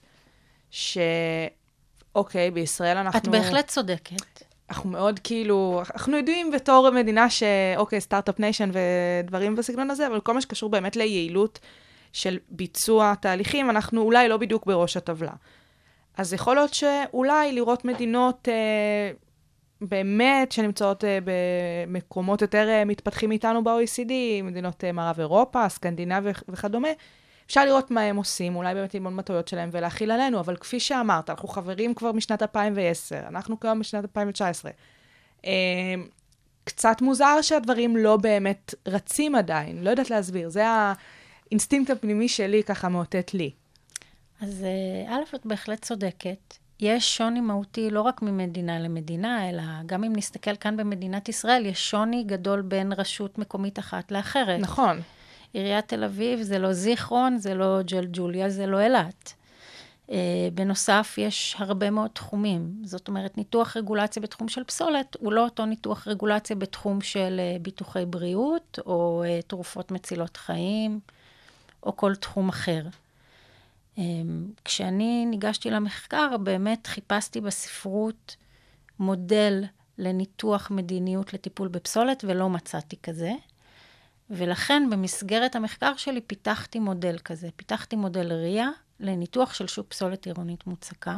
אוקיי, בישראל אנחנו... את בהחלט צודקת. אנחנו מאוד כאילו, אנחנו יודעים בתור מדינה שאוקיי, סטארט-אפ ניישן ודברים בסגנון הזה, אבל כל מה שקשור באמת ליעילות של ביצוע תהליכים, אנחנו אולי לא בדיוק בראש הטבלה. אז יכול להיות שאולי לראות מדינות באמת שנמצאות במקומות יותר מתפתחים איתנו ב-OECD, מדינות מערב אירופה, סקנדינביה וכדומה, אפשר לראות מה הם עושים, אולי באמת ללמוד מטעויות שלהם ולהכיל עלינו, אבל כפי שאמרת, אנחנו חברים כבר משנת 2010, אנחנו כיום בשנת 2019. קצת מוזר שהדברים לא באמת רצים עדיין, לא יודעת להסביר, זה האינסטינקט הפנימי שלי ככה מאותת לי. אז א', את בהחלט צודקת. יש שוני מהותי לא רק ממדינה למדינה, אלא גם אם נסתכל כאן במדינת ישראל, יש שוני גדול בין רשות מקומית אחת לאחרת. נכון. עיריית תל אביב זה לא זיכרון, זה לא ג'לג'וליה, זה לא אילת. בנוסף, יש הרבה מאוד תחומים. זאת אומרת, ניתוח רגולציה בתחום של פסולת, הוא לא אותו ניתוח רגולציה בתחום של ביטוחי בריאות, או תרופות מצילות חיים, או כל תחום אחר. כשאני ניגשתי למחקר, באמת חיפשתי בספרות מודל לניתוח מדיניות לטיפול בפסולת, ולא מצאתי כזה. ולכן במסגרת המחקר שלי פיתחתי מודל כזה. פיתחתי מודל RIA לניתוח של שוק פסולת עירונית מוצקה.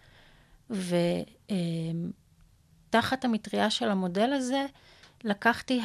ותחת המטריה של המודל הזה, לקחתי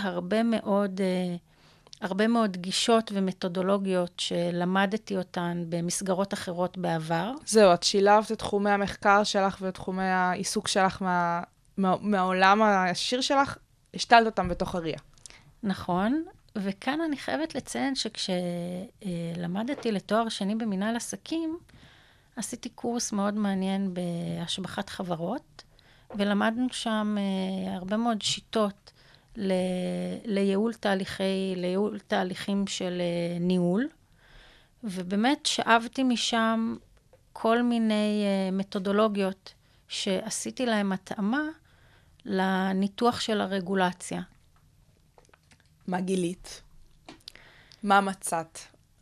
הרבה מאוד גישות ומתודולוגיות שלמדתי אותן במסגרות אחרות בעבר. זהו, את שילבת את תחומי המחקר שלך ותחומי העיסוק שלך מהעולם העשיר שלך, השתלת אותם בתוך RIA. נכון, וכאן אני חייבת לציין שכשלמדתי לתואר שני במנהל עסקים, עשיתי קורס מאוד מעניין בהשבחת חברות, ולמדנו שם הרבה מאוד שיטות לייעול תהליכים של ניהול, ובאמת שאבתי משם כל מיני מתודולוגיות שעשיתי להם התאמה לניתוח של הרגולציה. מה גילית? מה מצאת?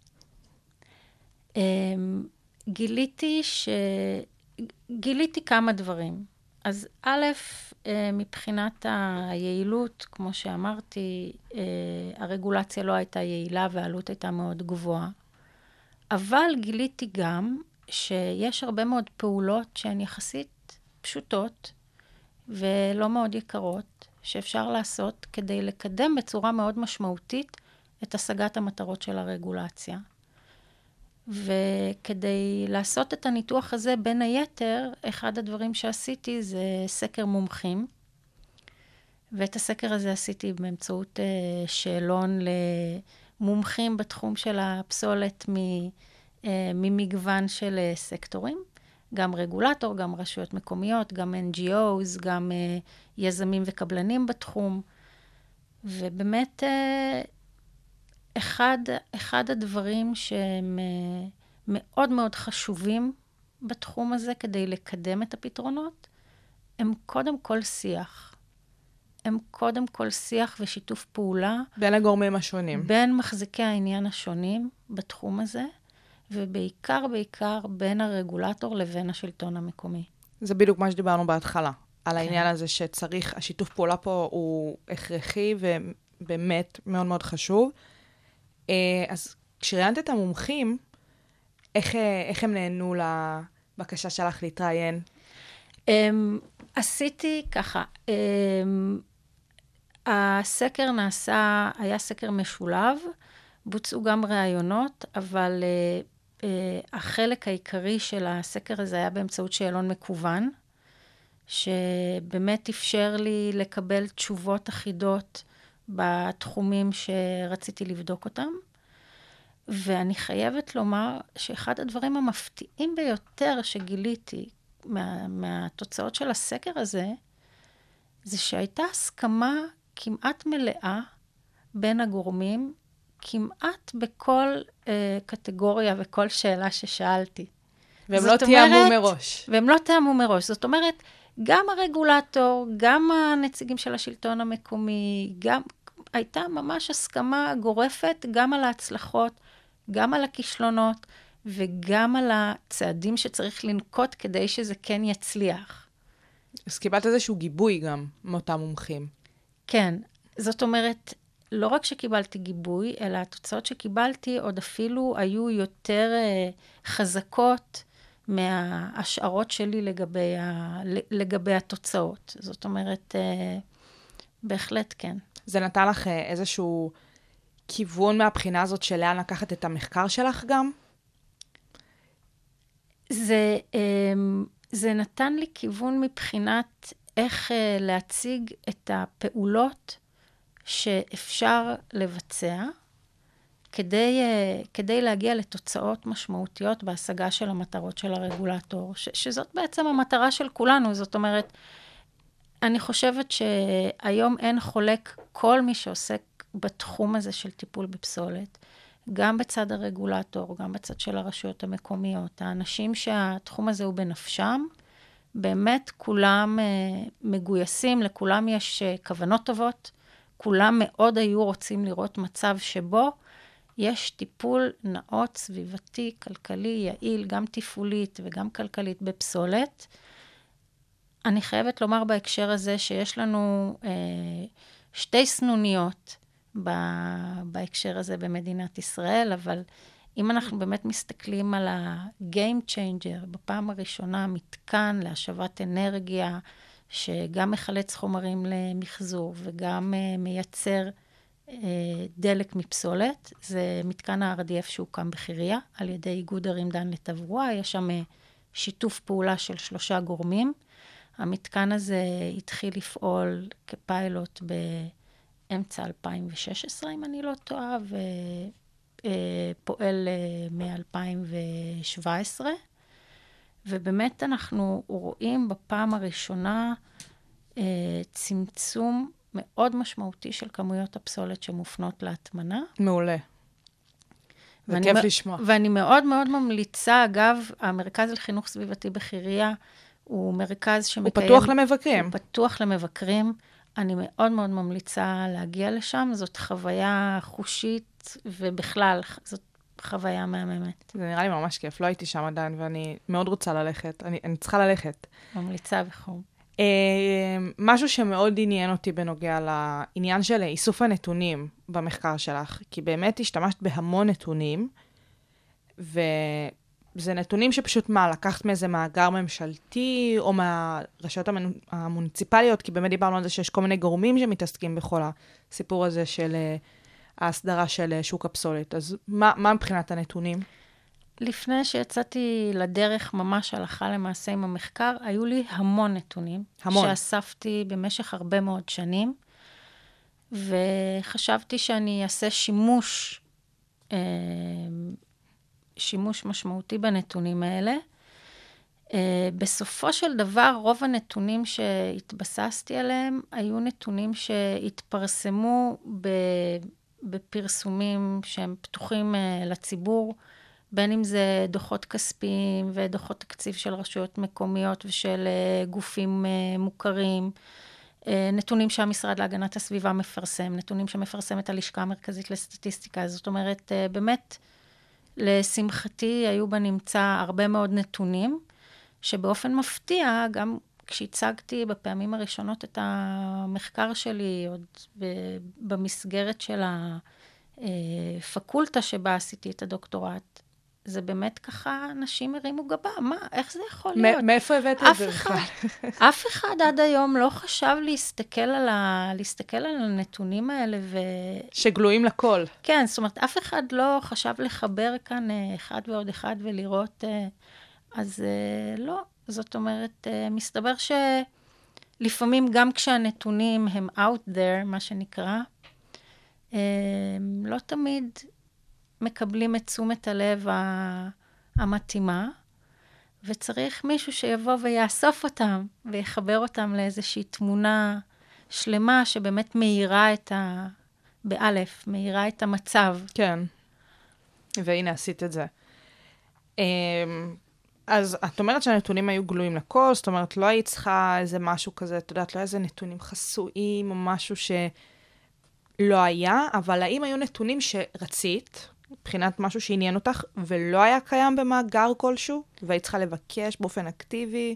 גיליתי כמה דברים. אז א', מבחינת היעילות, כמו שאמרתי, הרגולציה לא הייתה יעילה והעלות הייתה מאוד גבוהה. אבל גיליתי גם שיש הרבה מאוד פעולות שהן יחסית פשוטות ולא מאוד יקרות, שאפשר לעשות כדי לקדם בצורה מאוד משמעותית את השגת המטרות של הרגולציה. וכדי לעשות את הניתוח הזה, בין היתר, אחד הדברים שעשיתי זה סקר מומחים. ואת הסקר הזה עשיתי באמצעות שאלון למומחים בתחום של הפסולת ממגוון של סקטורים. גם רגולטור, גם רשויות מקומיות, גם NGOs, גם יזמים וקבלנים בתחום. ובאמת אחד הדברים שהם מאוד מאוד חשובים בתחום הזה כדי לקדם את הפתרונות, הם קודם כל שיח. הם קודם כל שיח ושיתוף פעולה. בין הגורמים השונים. בין מחזיקי העניין השונים בתחום הזה, ובעיקר בין הרגולטור לבין השלטון המקומי. זה בדיוק מה שדיברנו בהתחלה. על העניין הזה שצריך, השיתוף פעולה פה הוא הכרחי ובאמת מאוד מאוד חשוב. אז כשראיינת את המומחים, איך הם נהנו לבקשה שלך להתראיין? עשיתי ככה, הסקר היה סקר משולב, בוצעו גם ראיונות, אבל החלק העיקרי של הסקר הזה היה באמצעות שאלון מקוון, שבאמת אפשר לי לקבל תשובות אחידות בתחומים שרציתי לבדוק אותם. ואני חייבת לומר שאחד הדברים המפתיעים ביותר שגיליתי מהתוצאות של הסקר הזה, זה שהייתה הסכמה כמעט מלאה בין הגורמים, כמעט בכל קטגוריה וכל שאלה ששאלתי. והם לא תיאמו מראש. והם לא תיאמו מראש. זאת אומרת, גם הרגולטור, גם הנציגים של השלטון המקומי, הייתה ממש הסכמה גורפת גם על ההצלחות, גם על הכישלונות, וגם על הצעדים שצריך לנקוט כדי שזה כן יצליח. אז קיבלת איזשהו גיבוי גם מאותם מומחים. כן, זאת אומרת, לא רק שקיבלתי גיבוי, אלא התוצאות שקיבלתי עוד אפילו היו יותר חזקות מההשערות שלי לגבי התוצאות. זאת אומרת, בהחלט כן. זה נתן לך איזשהו כיוון מהבחינה הזאת של לאן לקחת את המחקר שלך גם? זה נתן לי כיוון מבחינת איך להציג את הפעולות שאפשר לבצע, כדי להגיע לתוצאות משמעותיות בהשגה של המטרות של הרגולטור, שזאת בעצם המטרה של כולנו. זאת אומרת, אני חושבת שהיום אין חולק כל מי שעוסק בתחום הזה של טיפול בפסולת, גם בצד הרגולטור, גם בצד של הרשויות המקומיות. האנשים שהתחום הזה הוא בנפשם, באמת כולם מגויסים, לכולם יש כוונות טובות, כולם מאוד היו רוצים לראות מצב שבו יש טיפול נאות, סביבתי, כלכלי, יעיל, גם תפעולית וגם כלכלית בפסולת, אני חייבת לומר בהקשר הזה שיש לנו שתי סנוניות בהקשר הזה במדינת ישראל, אבל אם אנחנו באמת מסתכלים על ה-game changer, בפעם הראשונה מתקן להשבת אנרגיה, שגם מחלץ חומרים למחזור וגם מייצר דלק מפסולת, זה מתקן ה-RDF שהוקם בחירייה, על ידי איגוד ערים דן לתברואה, יש שם שיתוף פעולה של 3 גורמים. המתקן הזה התחיל לפעול כפיילוט באמצע 2016, אם אני לא טועה, ופועל מ-2017. ובאמת אנחנו רואים בפעם הראשונה צמצום מאוד משמעותי של כמויות הפסולת שמופנות להטמנה. מעולה. זה כיף לשמוע. ואני מאוד מאוד ממליצה, אגב, המרכז לחינוך סביבתי בחירייה, הוא מרכז שמקיים... הוא פתוח למבקרים. הוא פתוח למבקרים. אני מאוד מאוד ממליצה להגיע לשם. זאת חוויה חושית, ובכלל, זאת חוויה מהממת. זה נראה לי ממש כיף. לא הייתי שם עדיין, ואני מאוד רוצה ללכת. אני צריכה ללכת. ממליצה בחום. משהו שמאוד עניין אותי בנוגע לעניין של איסוף הנתונים במחקר שלך, כי באמת השתמשת בהמון נתונים, וזה נתונים שפשוט לקחת מאיזה מאגר ממשלתי, או מהרשויות המוניציפליות, כי באמת דיברנו על זה שיש כל מיני גורמים שמתעסקים בכל הסיפור הזה של ההסדרה של שוק הפסולת. אז מה מבחינת הנתונים? לפני שיצאתי לדרך ממש הלכה למעשה עם המחקר, היו לי המון נתונים. המון. שאספתי במשך הרבה מאוד שנים, וחשבתי שאני אעשה שימוש משמעותי בנתונים האלה. בסופו של דבר, רוב הנתונים שהתבססתי עליהם, היו נתונים שהתפרסמו בפרסומים שהם פתוחים לציבור, בין אם זה דוחות כספיים ודוחות תקציב של רשויות מקומיות ושל גופים מוכרים, נתונים שהמשרד להגנת הסביבה מפרסם, נתונים שמפרסמת הלשכה המרכזית לסטטיסטיקה. זאת אומרת, באמת, לשמחתי היו בנמצא הרבה מאוד נתונים, שבאופן מפתיע, גם כשהצגתי בפעמים הראשונות את המחקר שלי, עוד במסגרת של הפקולטה שבה עשיתי את הדוקטורט, זה באמת ככה, אנשים הרימו גבה. מה? איך זה יכול להיות? מאיפה הבאת את זה בכלל? אף אחד עד היום לא חשב להסתכל על הנתונים האלה שגלויים לכל. כן, זאת אומרת, אף אחד לא חשב לחבר כאן אחד ועוד אחד ולראות, אז לא. זאת אומרת, מסתבר שלפעמים גם כשהנתונים הם out there, מה שנקרא, לא תמיד מקבלים את תשומת הלב המתאימה, וצריך מישהו שיבוא ויאסוף אותם, ויחבר אותם לאיזושהי תמונה שלמה, שבאמת מאירה מאירה את המצב. כן. והנה עשית את זה. אז את אומרת שהנתונים היו גלויים לכל, זאת אומרת, לא היית צריכה איזה משהו כזה, את יודעת, לא איזה נתונים חסויים, או משהו שלא היה, אבל האם היו נתונים שרצית, מבחינת משהו שעניין אותך, ולא היה קיים במאגר כלשהו, והיית צריכה לבקש באופן אקטיבי?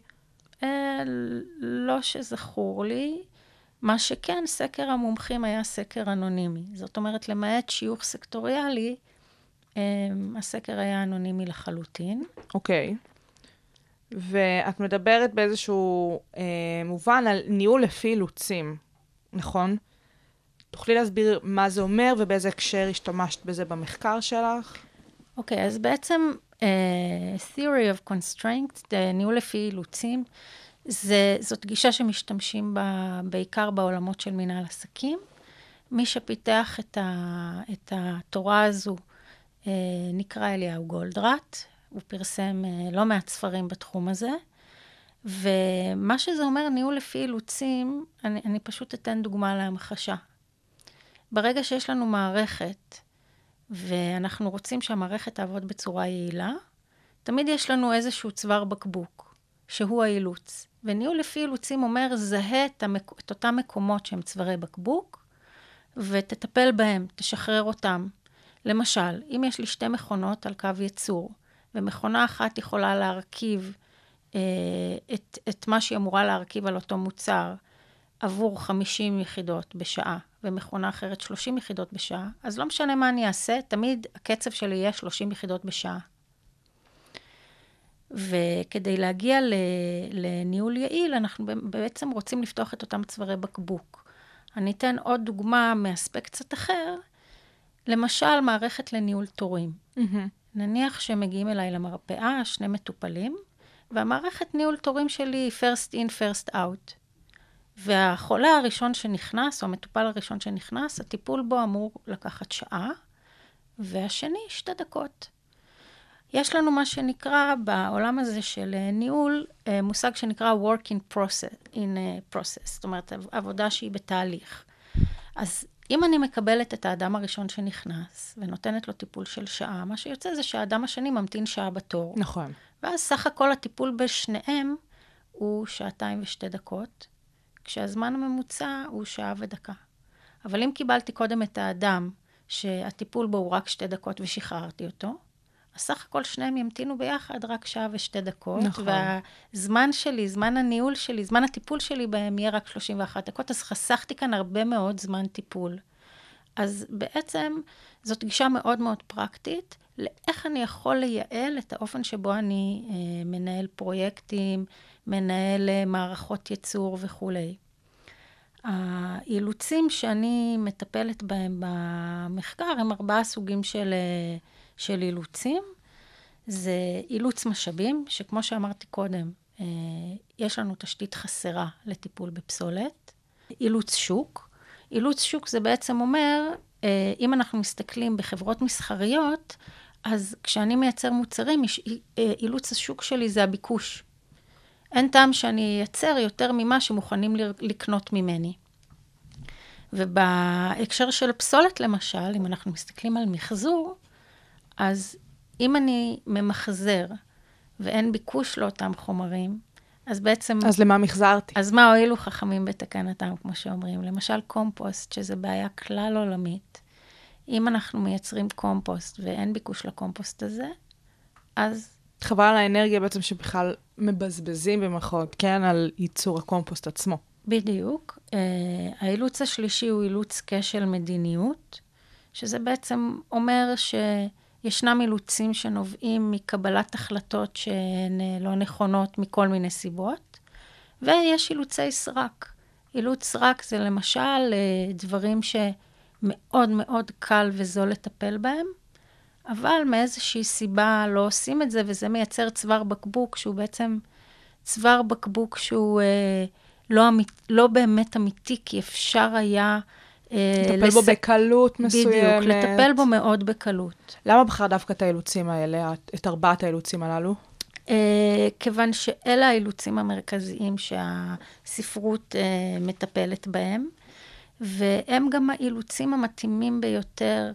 לא שזכור לי. מה שכן, סקר המומחים היה סקר אנונימי. זאת אומרת, למעט שיוך סקטוריאלי, הסקר היה אנונימי לחלוטין. אוקיי. ואת מדברת באיזשהו מובן על ניהול לפי אילוצים, נכון? תוכלי להסביר מה זה אומר ובאיזה הקשר השתמשת בזה במחקר שלך? אוקיי, אז בעצם theory of constraints, ניהול לפי אילוצים, זאת גישה שמשתמשים בה בעיקר בעולמות של מנהל עסקים. מי שפיתח את התורה הזו נקרא אליהו גולדרט, הוא פרסם לא מעט ספרים בתחום הזה, ומה שזה אומר ניהול לפי אילוצים, אני פשוט אתן דוגמה להמחשה. ברגע שיש לנו מערכת, ואנחנו רוצים שהמערכת תעבוד בצורה יעילה, תמיד יש לנו איזשהו צוואר בקבוק, שהוא האילוץ. וניהול לפי אילוצים אומר, זהה את אותם מקומות שהם צווארי בקבוק, ותטפל בהם, תשחרר אותם. למשל, אם יש לי 2 מכונות על קו ייצור, ומכונה אחת יכולה להרכיב את מה שהיא אמורה להרכיב על אותו מוצר עבור 50 יחידות בשעה, ומכונה אחרת 30 יחידות בשעה, אז לא משנה מה אני אעשה, תמיד הקצב שלי יהיה 30 יחידות בשעה. וכדי להגיע לניהול יעיל, אנחנו בעצם רוצים לפתוח את אותם צווארי בקבוק. אני אתן עוד דוגמה מאספקט קצת אחר, למשל מערכת לניהול תורים. נניח שמגיעים אליי למרפאה 2 מטופלים, והמערכת ניהול תורים שלי היא first in, first out. והחולה הראשון שנכנס, או המטופל הראשון שנכנס, הטיפול בו אמור לקחת שעה, והשני 2 דקות. יש לנו מה שנקרא בעולם הזה של ניהול, מושג שנקרא work in process, זאת אומרת, עבודה שהיא בתהליך. אז אם אני מקבלת את האדם הראשון שנכנס, ונותנת לו טיפול של שעה, מה שיוצא זה שהאדם השני ממתין שעה בתור. נכון. ואז סך הכל הטיפול בשניהם הוא 2.02 דקות, כשהזמן הממוצע הוא 1.01 שעה. אבל אם קיבלתי קודם את האדם, שהטיפול בו הוא רק 2 דקות ושחררתי אותו, אז סך הכל שניהם ימתינו ביחד רק 1.02 שעה. נכון. והזמן שלי, זמן הניהול שלי, זמן הטיפול שלי בהם יהיה רק 31 דקות, אז חסכתי כאן הרבה מאוד זמן טיפול. אז בעצם זאת גישה מאוד מאוד פרקטית, לאיך אני יכול לייעל את האופן שבו אני מנהל פרויקטים, מנהל מערכות ייצור וכו'. האילוצים שאני מטפלת בהם במחקר הם 4 סוגים של אילוצים. זה אילוץ משאבים, שכמו שאמרתי קודם, יש לנו תשתית חסרה לטיפול בפסולת. אילוץ שוק. אילוץ שוק זה בעצם אומר, אם אנחנו מסתכלים בחברות מסחריות, אז כשאני מייצר מוצרים, אילוץ השוק שלי זה הביקוש. אין טעם שאני אייצר יותר ממה שמוכנים לקנות ממני. ובהקשר של פסולת למשל, אם אנחנו מסתכלים על מחזור, אז אם אני ממחזר ואין ביקוש לאותם חומרים, אז בעצם... אז למה מחזרתי? אז מה הועילו חכמים בתקנתם, כמו שאומרים? למשל קומפוסט, שזה בעיה כלל עולמית. אם אנחנו מייצרים קומפוסט ואין ביקוש לקומפוסט הזה, אז... חבל על האנרגיה בעצם שבכלל מבזבזים במרכאות, כן, על ייצור הקומפוסט עצמו. בדיוק. האילוץ השלישי הוא אילוץ כשל מדיניות, שזה בעצם אומר שישנם אילוצים שנובעים מקבלת החלטות שהן לא נכונות מכל מיני סיבות, ויש אילוצי סרק. אילוץ סרק זה למשל דברים שמאוד מאוד קל וזול לטפל בהם, אבל מאיזושהי סיבה לא עושים את זה, וזה מייצר צוואר בקבוק, שהוא בעצם צוואר בקבוק שהוא לא באמת אמיתי, כי אפשר היה... לטפל בו בקלות מסוימת. בדיוק, לטפל בו מאוד בקלות. למה בחר דווקא את האילוצים האלה, את 4 האילוצים הללו? כיוון שאלה האילוצים המרכזיים שהספרות מטפלת בהם, והם גם האילוצים המתאימים ביותר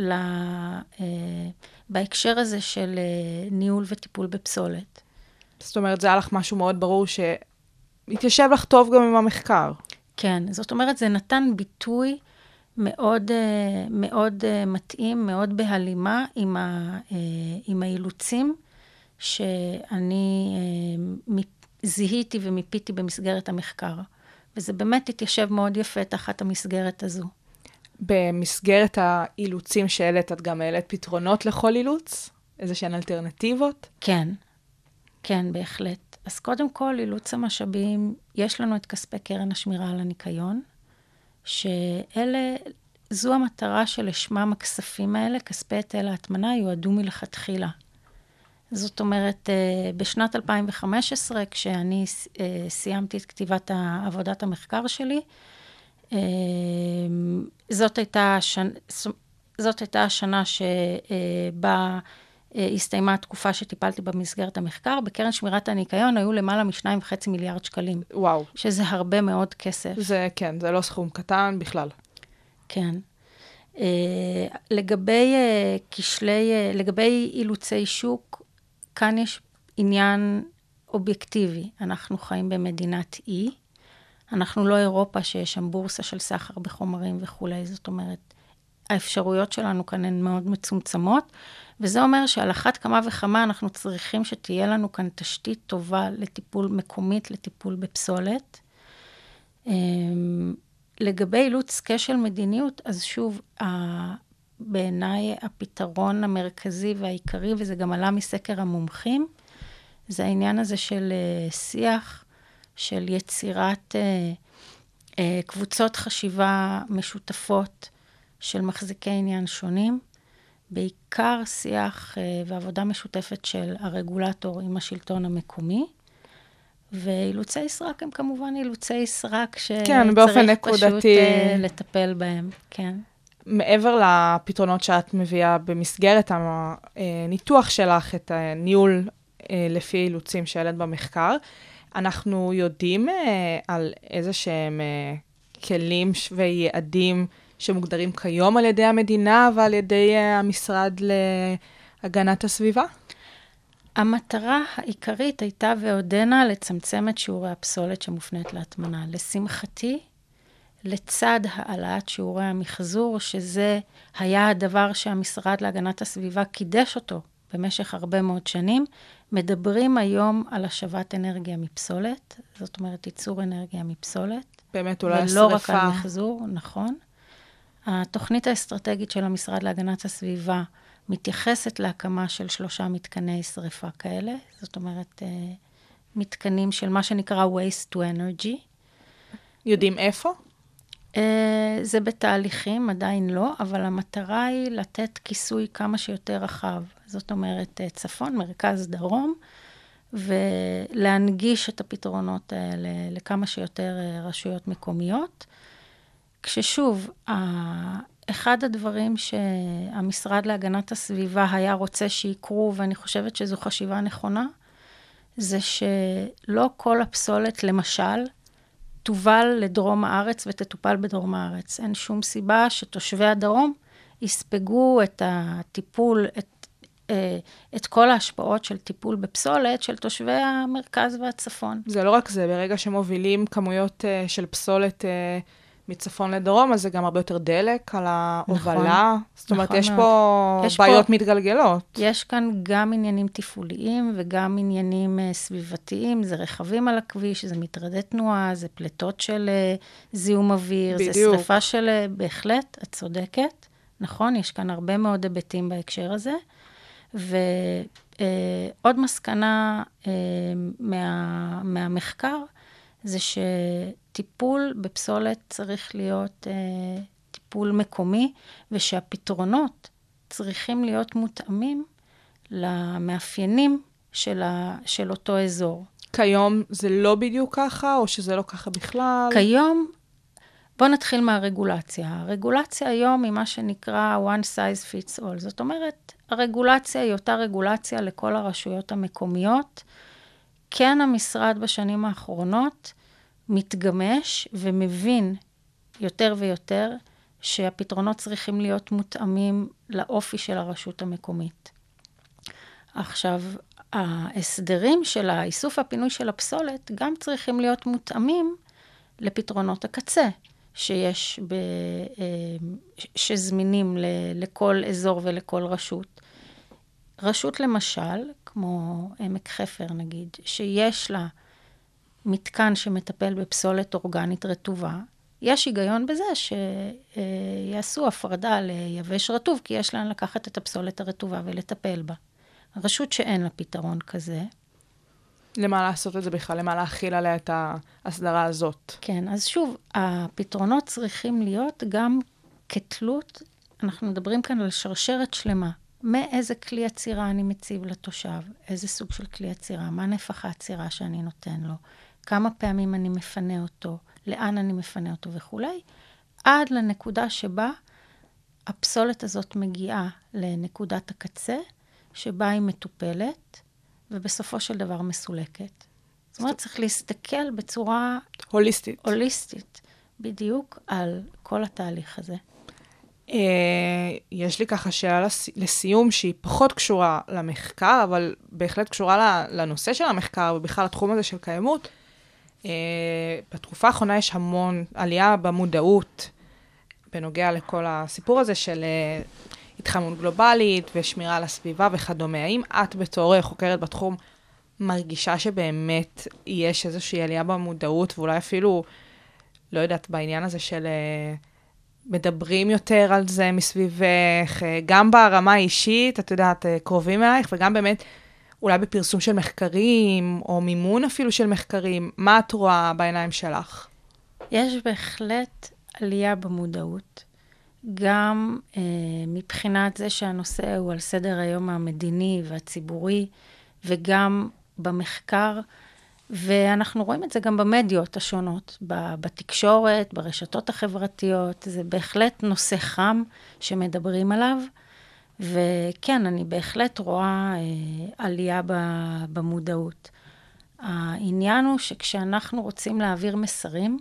בהקשר הזה של ניהול וטיפול בפסולת. זאת אומרת, זה היה לך משהו מאוד ברור שהתיישב לך טוב גם עם המחקר. כן, זאת אומרת, זה נתן ביטוי מאוד, מאוד מתאים, מאוד בהלימה עם האילוצים שאני זיהיתי ומיפיתי במסגרת המחקר. וזה באמת התיישב מאוד יפה תחת המסגרת הזו. במסגרת האילוצים שהעלית, את גם העלית פתרונות לכל אילוץ? איזשהן אלטרנטיבות? כן, כן, בהחלט. אז קודם כל, אילוץ המשאבים, יש לנו את כספי קרן השמירה על הניקיון, זו המטרה שלשמם הכספים האלה, כספי היטל ההטמנה, יועדו מלכתחילה. זאת אומרת, בשנת 2015, כשאני סיימתי את כתיבת עבודת המחקר שלי, זאת הייתה השנה שבה הסתיימה התקופה שטיפלתי במסגרת המחקר. בקרן שמירת הניקיון היו למעלה מ2.5 מיליארד שקלים. וואו. שזה הרבה מאוד כסף. זה כן, זה לא סכום קטן בכלל. כן. לגבי אילוצי שוק, כאן יש עניין אובייקטיבי. אנחנו חיים במדינת אי. אנחנו לא אירופה שיש שם בורסה של סחר בחומרים וכו'. זאת אומרת, האפשרויות שלנו כאן הן מאוד מצומצמות, וזה אומר שעל אחת כמה וכמה אנחנו צריכים שתהיה לנו כאן תשתית טובה לטיפול מקומית, לטיפול בפסולת. לגבי אילוץ כשל מדיניות, אז שוב, בעיניי הפתרון המרכזי והעיקרי, וזה גם עלה מסקר המומחים, זה העניין הזה של שיח, של יצירת קבוצות חשיבה משותפות של מחזיקי עניין שונים, בעיקר שיח ועבודה משותפת של הרגולטור עם השלטון המקומי, ואילוצי סרק הם כמובן אילוצי סרק שצריך פשוט לטפל בהם, כן. מעבר לפתרונות שאת מביאה במסגרת הניתוח שלך, את הניהול לפי אילוצים שהעלית במחקר, אנחנו יודעים על איזה שהם כלים ויעדים שמוגדרים כיום על ידי המדינה ועל ידי המשרד להגנת הסביבה? המטרה העיקרית הייתה ועודנה לצמצם את שיעורי הפסולת שמופנית להטמנה. לשמחתי, לצד העלאת שיעורי המחזור, שזה היה הדבר שהמשרד להגנת הסביבה קידש אותו במשך הרבה מאוד שנים, מדברים היום על השבת אנרגיה מפסולת, זאת אומרת ייצור אנרגיה מפסולת. באמת אולי ולא רק על מחזור, נכון. התוכנית האסטרטגית של המשרד להגנת הסביבה מתייחסת להקמה של 3 מתקני שריפה כאלה, זאת אומרת, מתקנים של מה שנקרא waste to energy. יודעים איפה? זה בתהליכים, עדיין לא, אבל המטרה היא לתת כיסוי כמה שיותר רחב. זאת אומרת, צפון, מרכז, דרום, ולהנגיש את הפתרונות האלה לכמה שיותר רשויות מקומיות. כששוב, אחד הדברים שהמשרד להגנת הסביבה היה רוצה שיקרו, ואני חושבת שזו חשיבה נכונה, זה שלא כל הפסולת, למשל, תובל לדרום הארץ ותטופל בדרום הארץ. אין שום סיבה שתושבי הדרום יספגו את הטיפול, את כל ההשפעות של טיפול בפסולת של תושבי המרכז והצפון. זה לא רק זה, ברגע שמובילים כמויות של פסולת מצפון לדרום, אז זה גם הרבה יותר דלק על ההובלה. נכון, זאת אומרת, יש פה בעיות מתגלגלות. יש כאן גם עניינים תפעוליים וגם עניינים סביבתיים. זה רכבים על הכביש, זה מטרדי תנועה, זה פלטות של זיהום אוויר, בדיוק. זה שריפה של... בהחלט, את צודקת. נכון, יש כאן הרבה מאוד היבטים בהקשר הזה. ועוד מסקנה מהמחקר, זה שטיפול בפסולת צריך להיות טיפול מקומי, ושהפתרונות צריכים להיות מותאמים למאפיינים של אותו אזור. כיום זה לא בדיוק ככה, או שזה לא ככה בכלל? כיום, בוא נתחיל מהרגולציה. הרגולציה היום היא מה שנקרא one size fits all. זאת אומרת, הרגולציה היא אותה רגולציה לכל הרשויות המקומיות, כן, המשרד בשנים האחרונות מתגמש ומבין יותר ויותר שהפתרונות צריכים להיות מותאמים לאופי של הרשות המקומית. עכשיו, ההסדרים של האיסוף הפינוי של הפסולת גם צריכים להיות מותאמים לפתרונות הקצה שיש, שזמינים לכל אזור ולכל רשות. רשות למשל, כמו עמק חפר נגיד, שיש לה מתקן שמטפל בפסולת אורגנית רטובה, יש היגיון בזה שיעשו הפרדה ליבש רטוב, כי יש להם לקחת את הפסולת הרטובה ולטפל בה. רשות שאין לה פתרון כזה. למה לעשות את זה בכלל? למה להכיל עליה את ההסדרה הזאת? כן, אז שוב, הפתרונות צריכים להיות גם כתלות, אנחנו מדברים כאן על שרשרת שלמה. מאיזה כלי עצירה אני מציב לתושב, איזה סוג של כלי עצירה, מה נפח העצירה שאני נותן לו, כמה פעמים אני מפנה אותו, לאן אני מפנה אותו וכו', עד לנקודה שבה הפסולת הזאת מגיעה לנקודת הקצה, שבה היא מטופלת, ובסופו של דבר מסולקת. זאת אומרת, צריך להסתכל בצורה הוליסטית, בדיוק על כל התהליך הזה. יש לי ככה שאלה לסיום שהיא פחות קשורה למחקר, אבל בהחלט קשורה לנושא של המחקר, ובכלל לתחום הזה של קיימות. בתקופה האחרונה יש המון עלייה במודעות, בנוגע לכל הסיפור הזה של התחממות גלובלית ושמירה על הסביבה וכדומה. האם את בתור חוקרת בתחום מרגישה שבאמת יש איזושהי עלייה במודעות, ואולי אפילו, לא יודעת, בעניין הזה של מדברים יותר על זה מסביבך, גם ברמה האישית, את יודעת, קרובים אלייך, וגם באמת אולי בפרסום של מחקרים, או מימון אפילו של מחקרים, מה את רואה בעיניים שלך? יש בהחלט עלייה במודעות, גם מבחינת זה שהנושא הוא על סדר היום המדיני והציבורי, וגם במחקר, ואנחנו רואים את זה גם במדיות השונות, בתקשורת, ברשתות החברתיות, זה בהחלט נושא חם שמדברים עליו, וכן, אני בהחלט רואה עלייה במודעות. העניין הוא שכשאנחנו רוצים להעביר מסרים,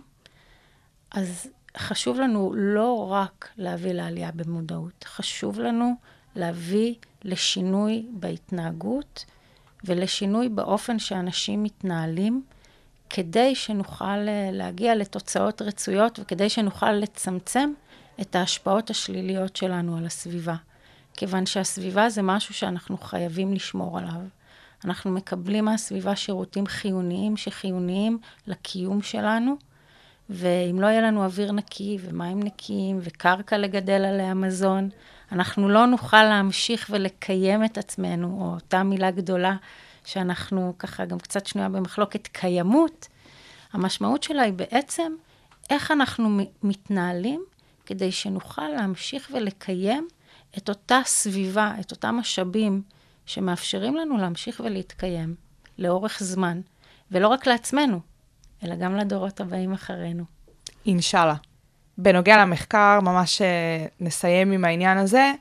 אז חשוב לנו לא רק להביא לעלייה במודעות, חשוב לנו להביא לשינוי בהתנהגות, ולשינוי באופן שאנשים מתנהלים, כדי שנוכל להגיע לתוצאות רצויות, וכדי שנוכל לצמצם את ההשפעות השליליות שלנו על הסביבה. כיוון שהסביבה זה משהו שאנחנו חייבים לשמור עליו. אנחנו מקבלים מהסביבה שירותים חיוניים, שחיוניים לקיום שלנו, ואם לא יהיה לנו אוויר נקי ומים נקיים וקרקע לגדל עליה מזון, אנחנו לא נוכל להמשיך ולקיים את עצמנו, או אותה מילה גדולה שאנחנו ככה גם קצת שנויה במחלוקת קיימות. המשמעות שלה היא בעצם איך אנחנו מתנהלים כדי שנוכל להמשיך ולקיים את אותה סביבה, את אותם משאבים שמאפשרים לנו להמשיך ולהתקיים לאורך זמן, ולא רק לעצמנו, אלא גם לדורות הבאים אחרינו. אינשאללה. בנוגע למחקר, ממש נסיים עם העניין הזה,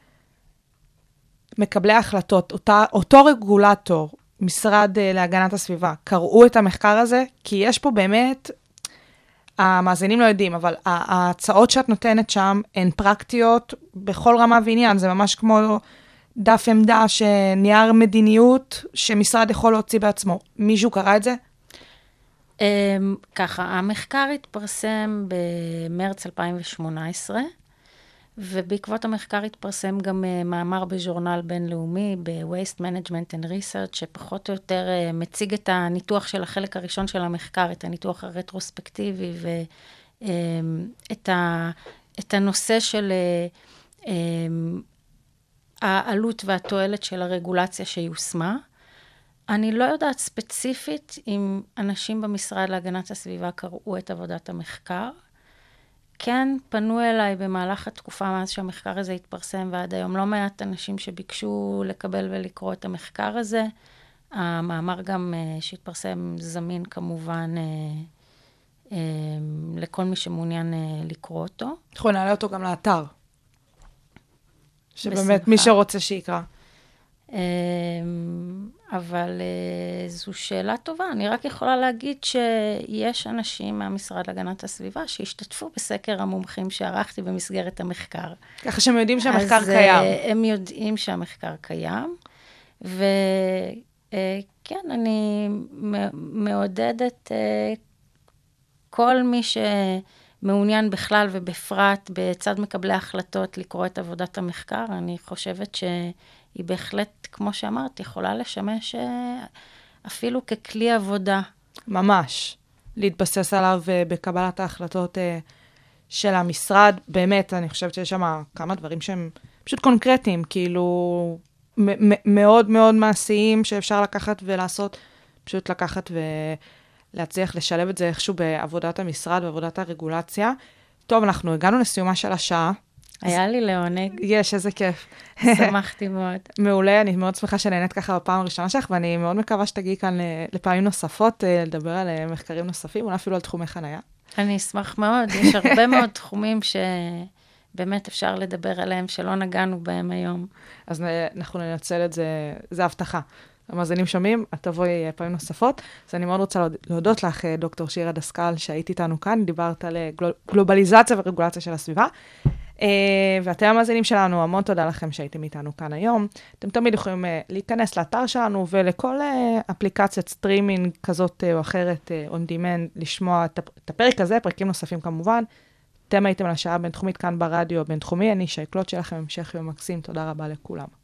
מקבלי ההחלטות, אותו רגולטור, משרד להגנת הסביבה, קראו את המחקר הזה, כי יש פה באמת, המאזינים לא יודעים, אבל ההצעות שאת נותנת שם הן פרקטיות בכל רמה ועניין, זה ממש כמו דף עמדה, שנייר מדיניות שמשרד יכול להוציא בעצמו. מישהו קרא את זה? ככה, המחקר התפרסם במרץ 2018, ובעקבות המחקר התפרסם גם מאמר בז'ורנל בינלאומי, ב-Waste Management and Research, שפחות או יותר מציג את הניתוח של החלק הראשון של המחקר, את הניתוח הרטרוספקטיבי, ואת הנושא של העלות והתועלת של הרגולציה שיושמה. אני לא יודעת ספציפית אם אנשים במשרד להגנת הסביבה קראו את עבודת המחקר. כן, פנו אליי במהלך התקופה מאז שהמחקר הזה התפרסם, ועד היום לא מעט אנשים שביקשו לקבל ולקרוא את המחקר הזה. המאמר גם שהתפרסם זמין כמובן לכל מי שמעוניין לקרוא אותו. אנחנו נעלה אותו גם לאתר. שבאמת מי שרוצה שיקרא. אבל זו שאלה טובה. אני רק יכולה להגיד שיש אנשים מהמשרד להגנת הסביבה שהשתתפו בסקר המומחים שערכתי במסגרת המחקר. ככה שהם יודעים שהמחקר קיים. אז הם יודעים שהמחקר קיים, וכן, אני מעודדת כל מי שמעוניין בכלל ובפרט בצד מקבלי ההחלטות לקרוא את עבודת המחקר. אני חושבת היא בהחלט, כמו שאמרת, יכולה לשמש אפילו ככלי עבודה. ממש. להתבסס עליו בקבלת ההחלטות של המשרד. באמת, אני חושבת שיש שם כמה דברים שהם פשוט קונקרטיים, כאילו מאוד מאוד מעשיים שאפשר לקחת ולעשות, פשוט לקחת ולהצליח לשלב את זה איכשהו בעבודת המשרד, בעבודת הרגולציה. טוב, אנחנו הגענו לסיומה של השעה. היה לי לעונג. יש, איזה כיף. שמחתי מאוד. מעולה, אני מאוד שמחה שנהנית ככה בפעם הראשונה שלך, ואני מאוד מקווה שתגיעי כאן לפעמים נוספות, לדבר על מחקרים נוספים, אולי אפילו על תחומי חנייה. אני אשמח מאוד, יש הרבה מאוד תחומים שבאמת אפשר לדבר עליהם, שלא נגענו בהם היום. אז אנחנו ננצל את זה, זה הבטחה. המאזינים שומעים, את תבואי פעמים נוספות. אז אני מאוד רוצה להודות לך, דוקטור שירה דסקל, שהיית איתנו כאן, דיברת על גלובליזציה ורגולציה של הסביבה. ואתם המאזינים שלנו, המון תודה לכם שהייתם איתנו כאן היום. אתם תמיד יכולים להיכנס לאתר שלנו ולכל אפליקציית סטרימינג כזאת או אחרת, on demand, לשמוע את הפרק הזה, פרקים נוספים כמובן. אתם הייתם על השעה הבינתחומית כאן ברדיו הבינתחומי, אני שייקלוט שלכם, המשך יום מקסים, תודה רבה לכולם.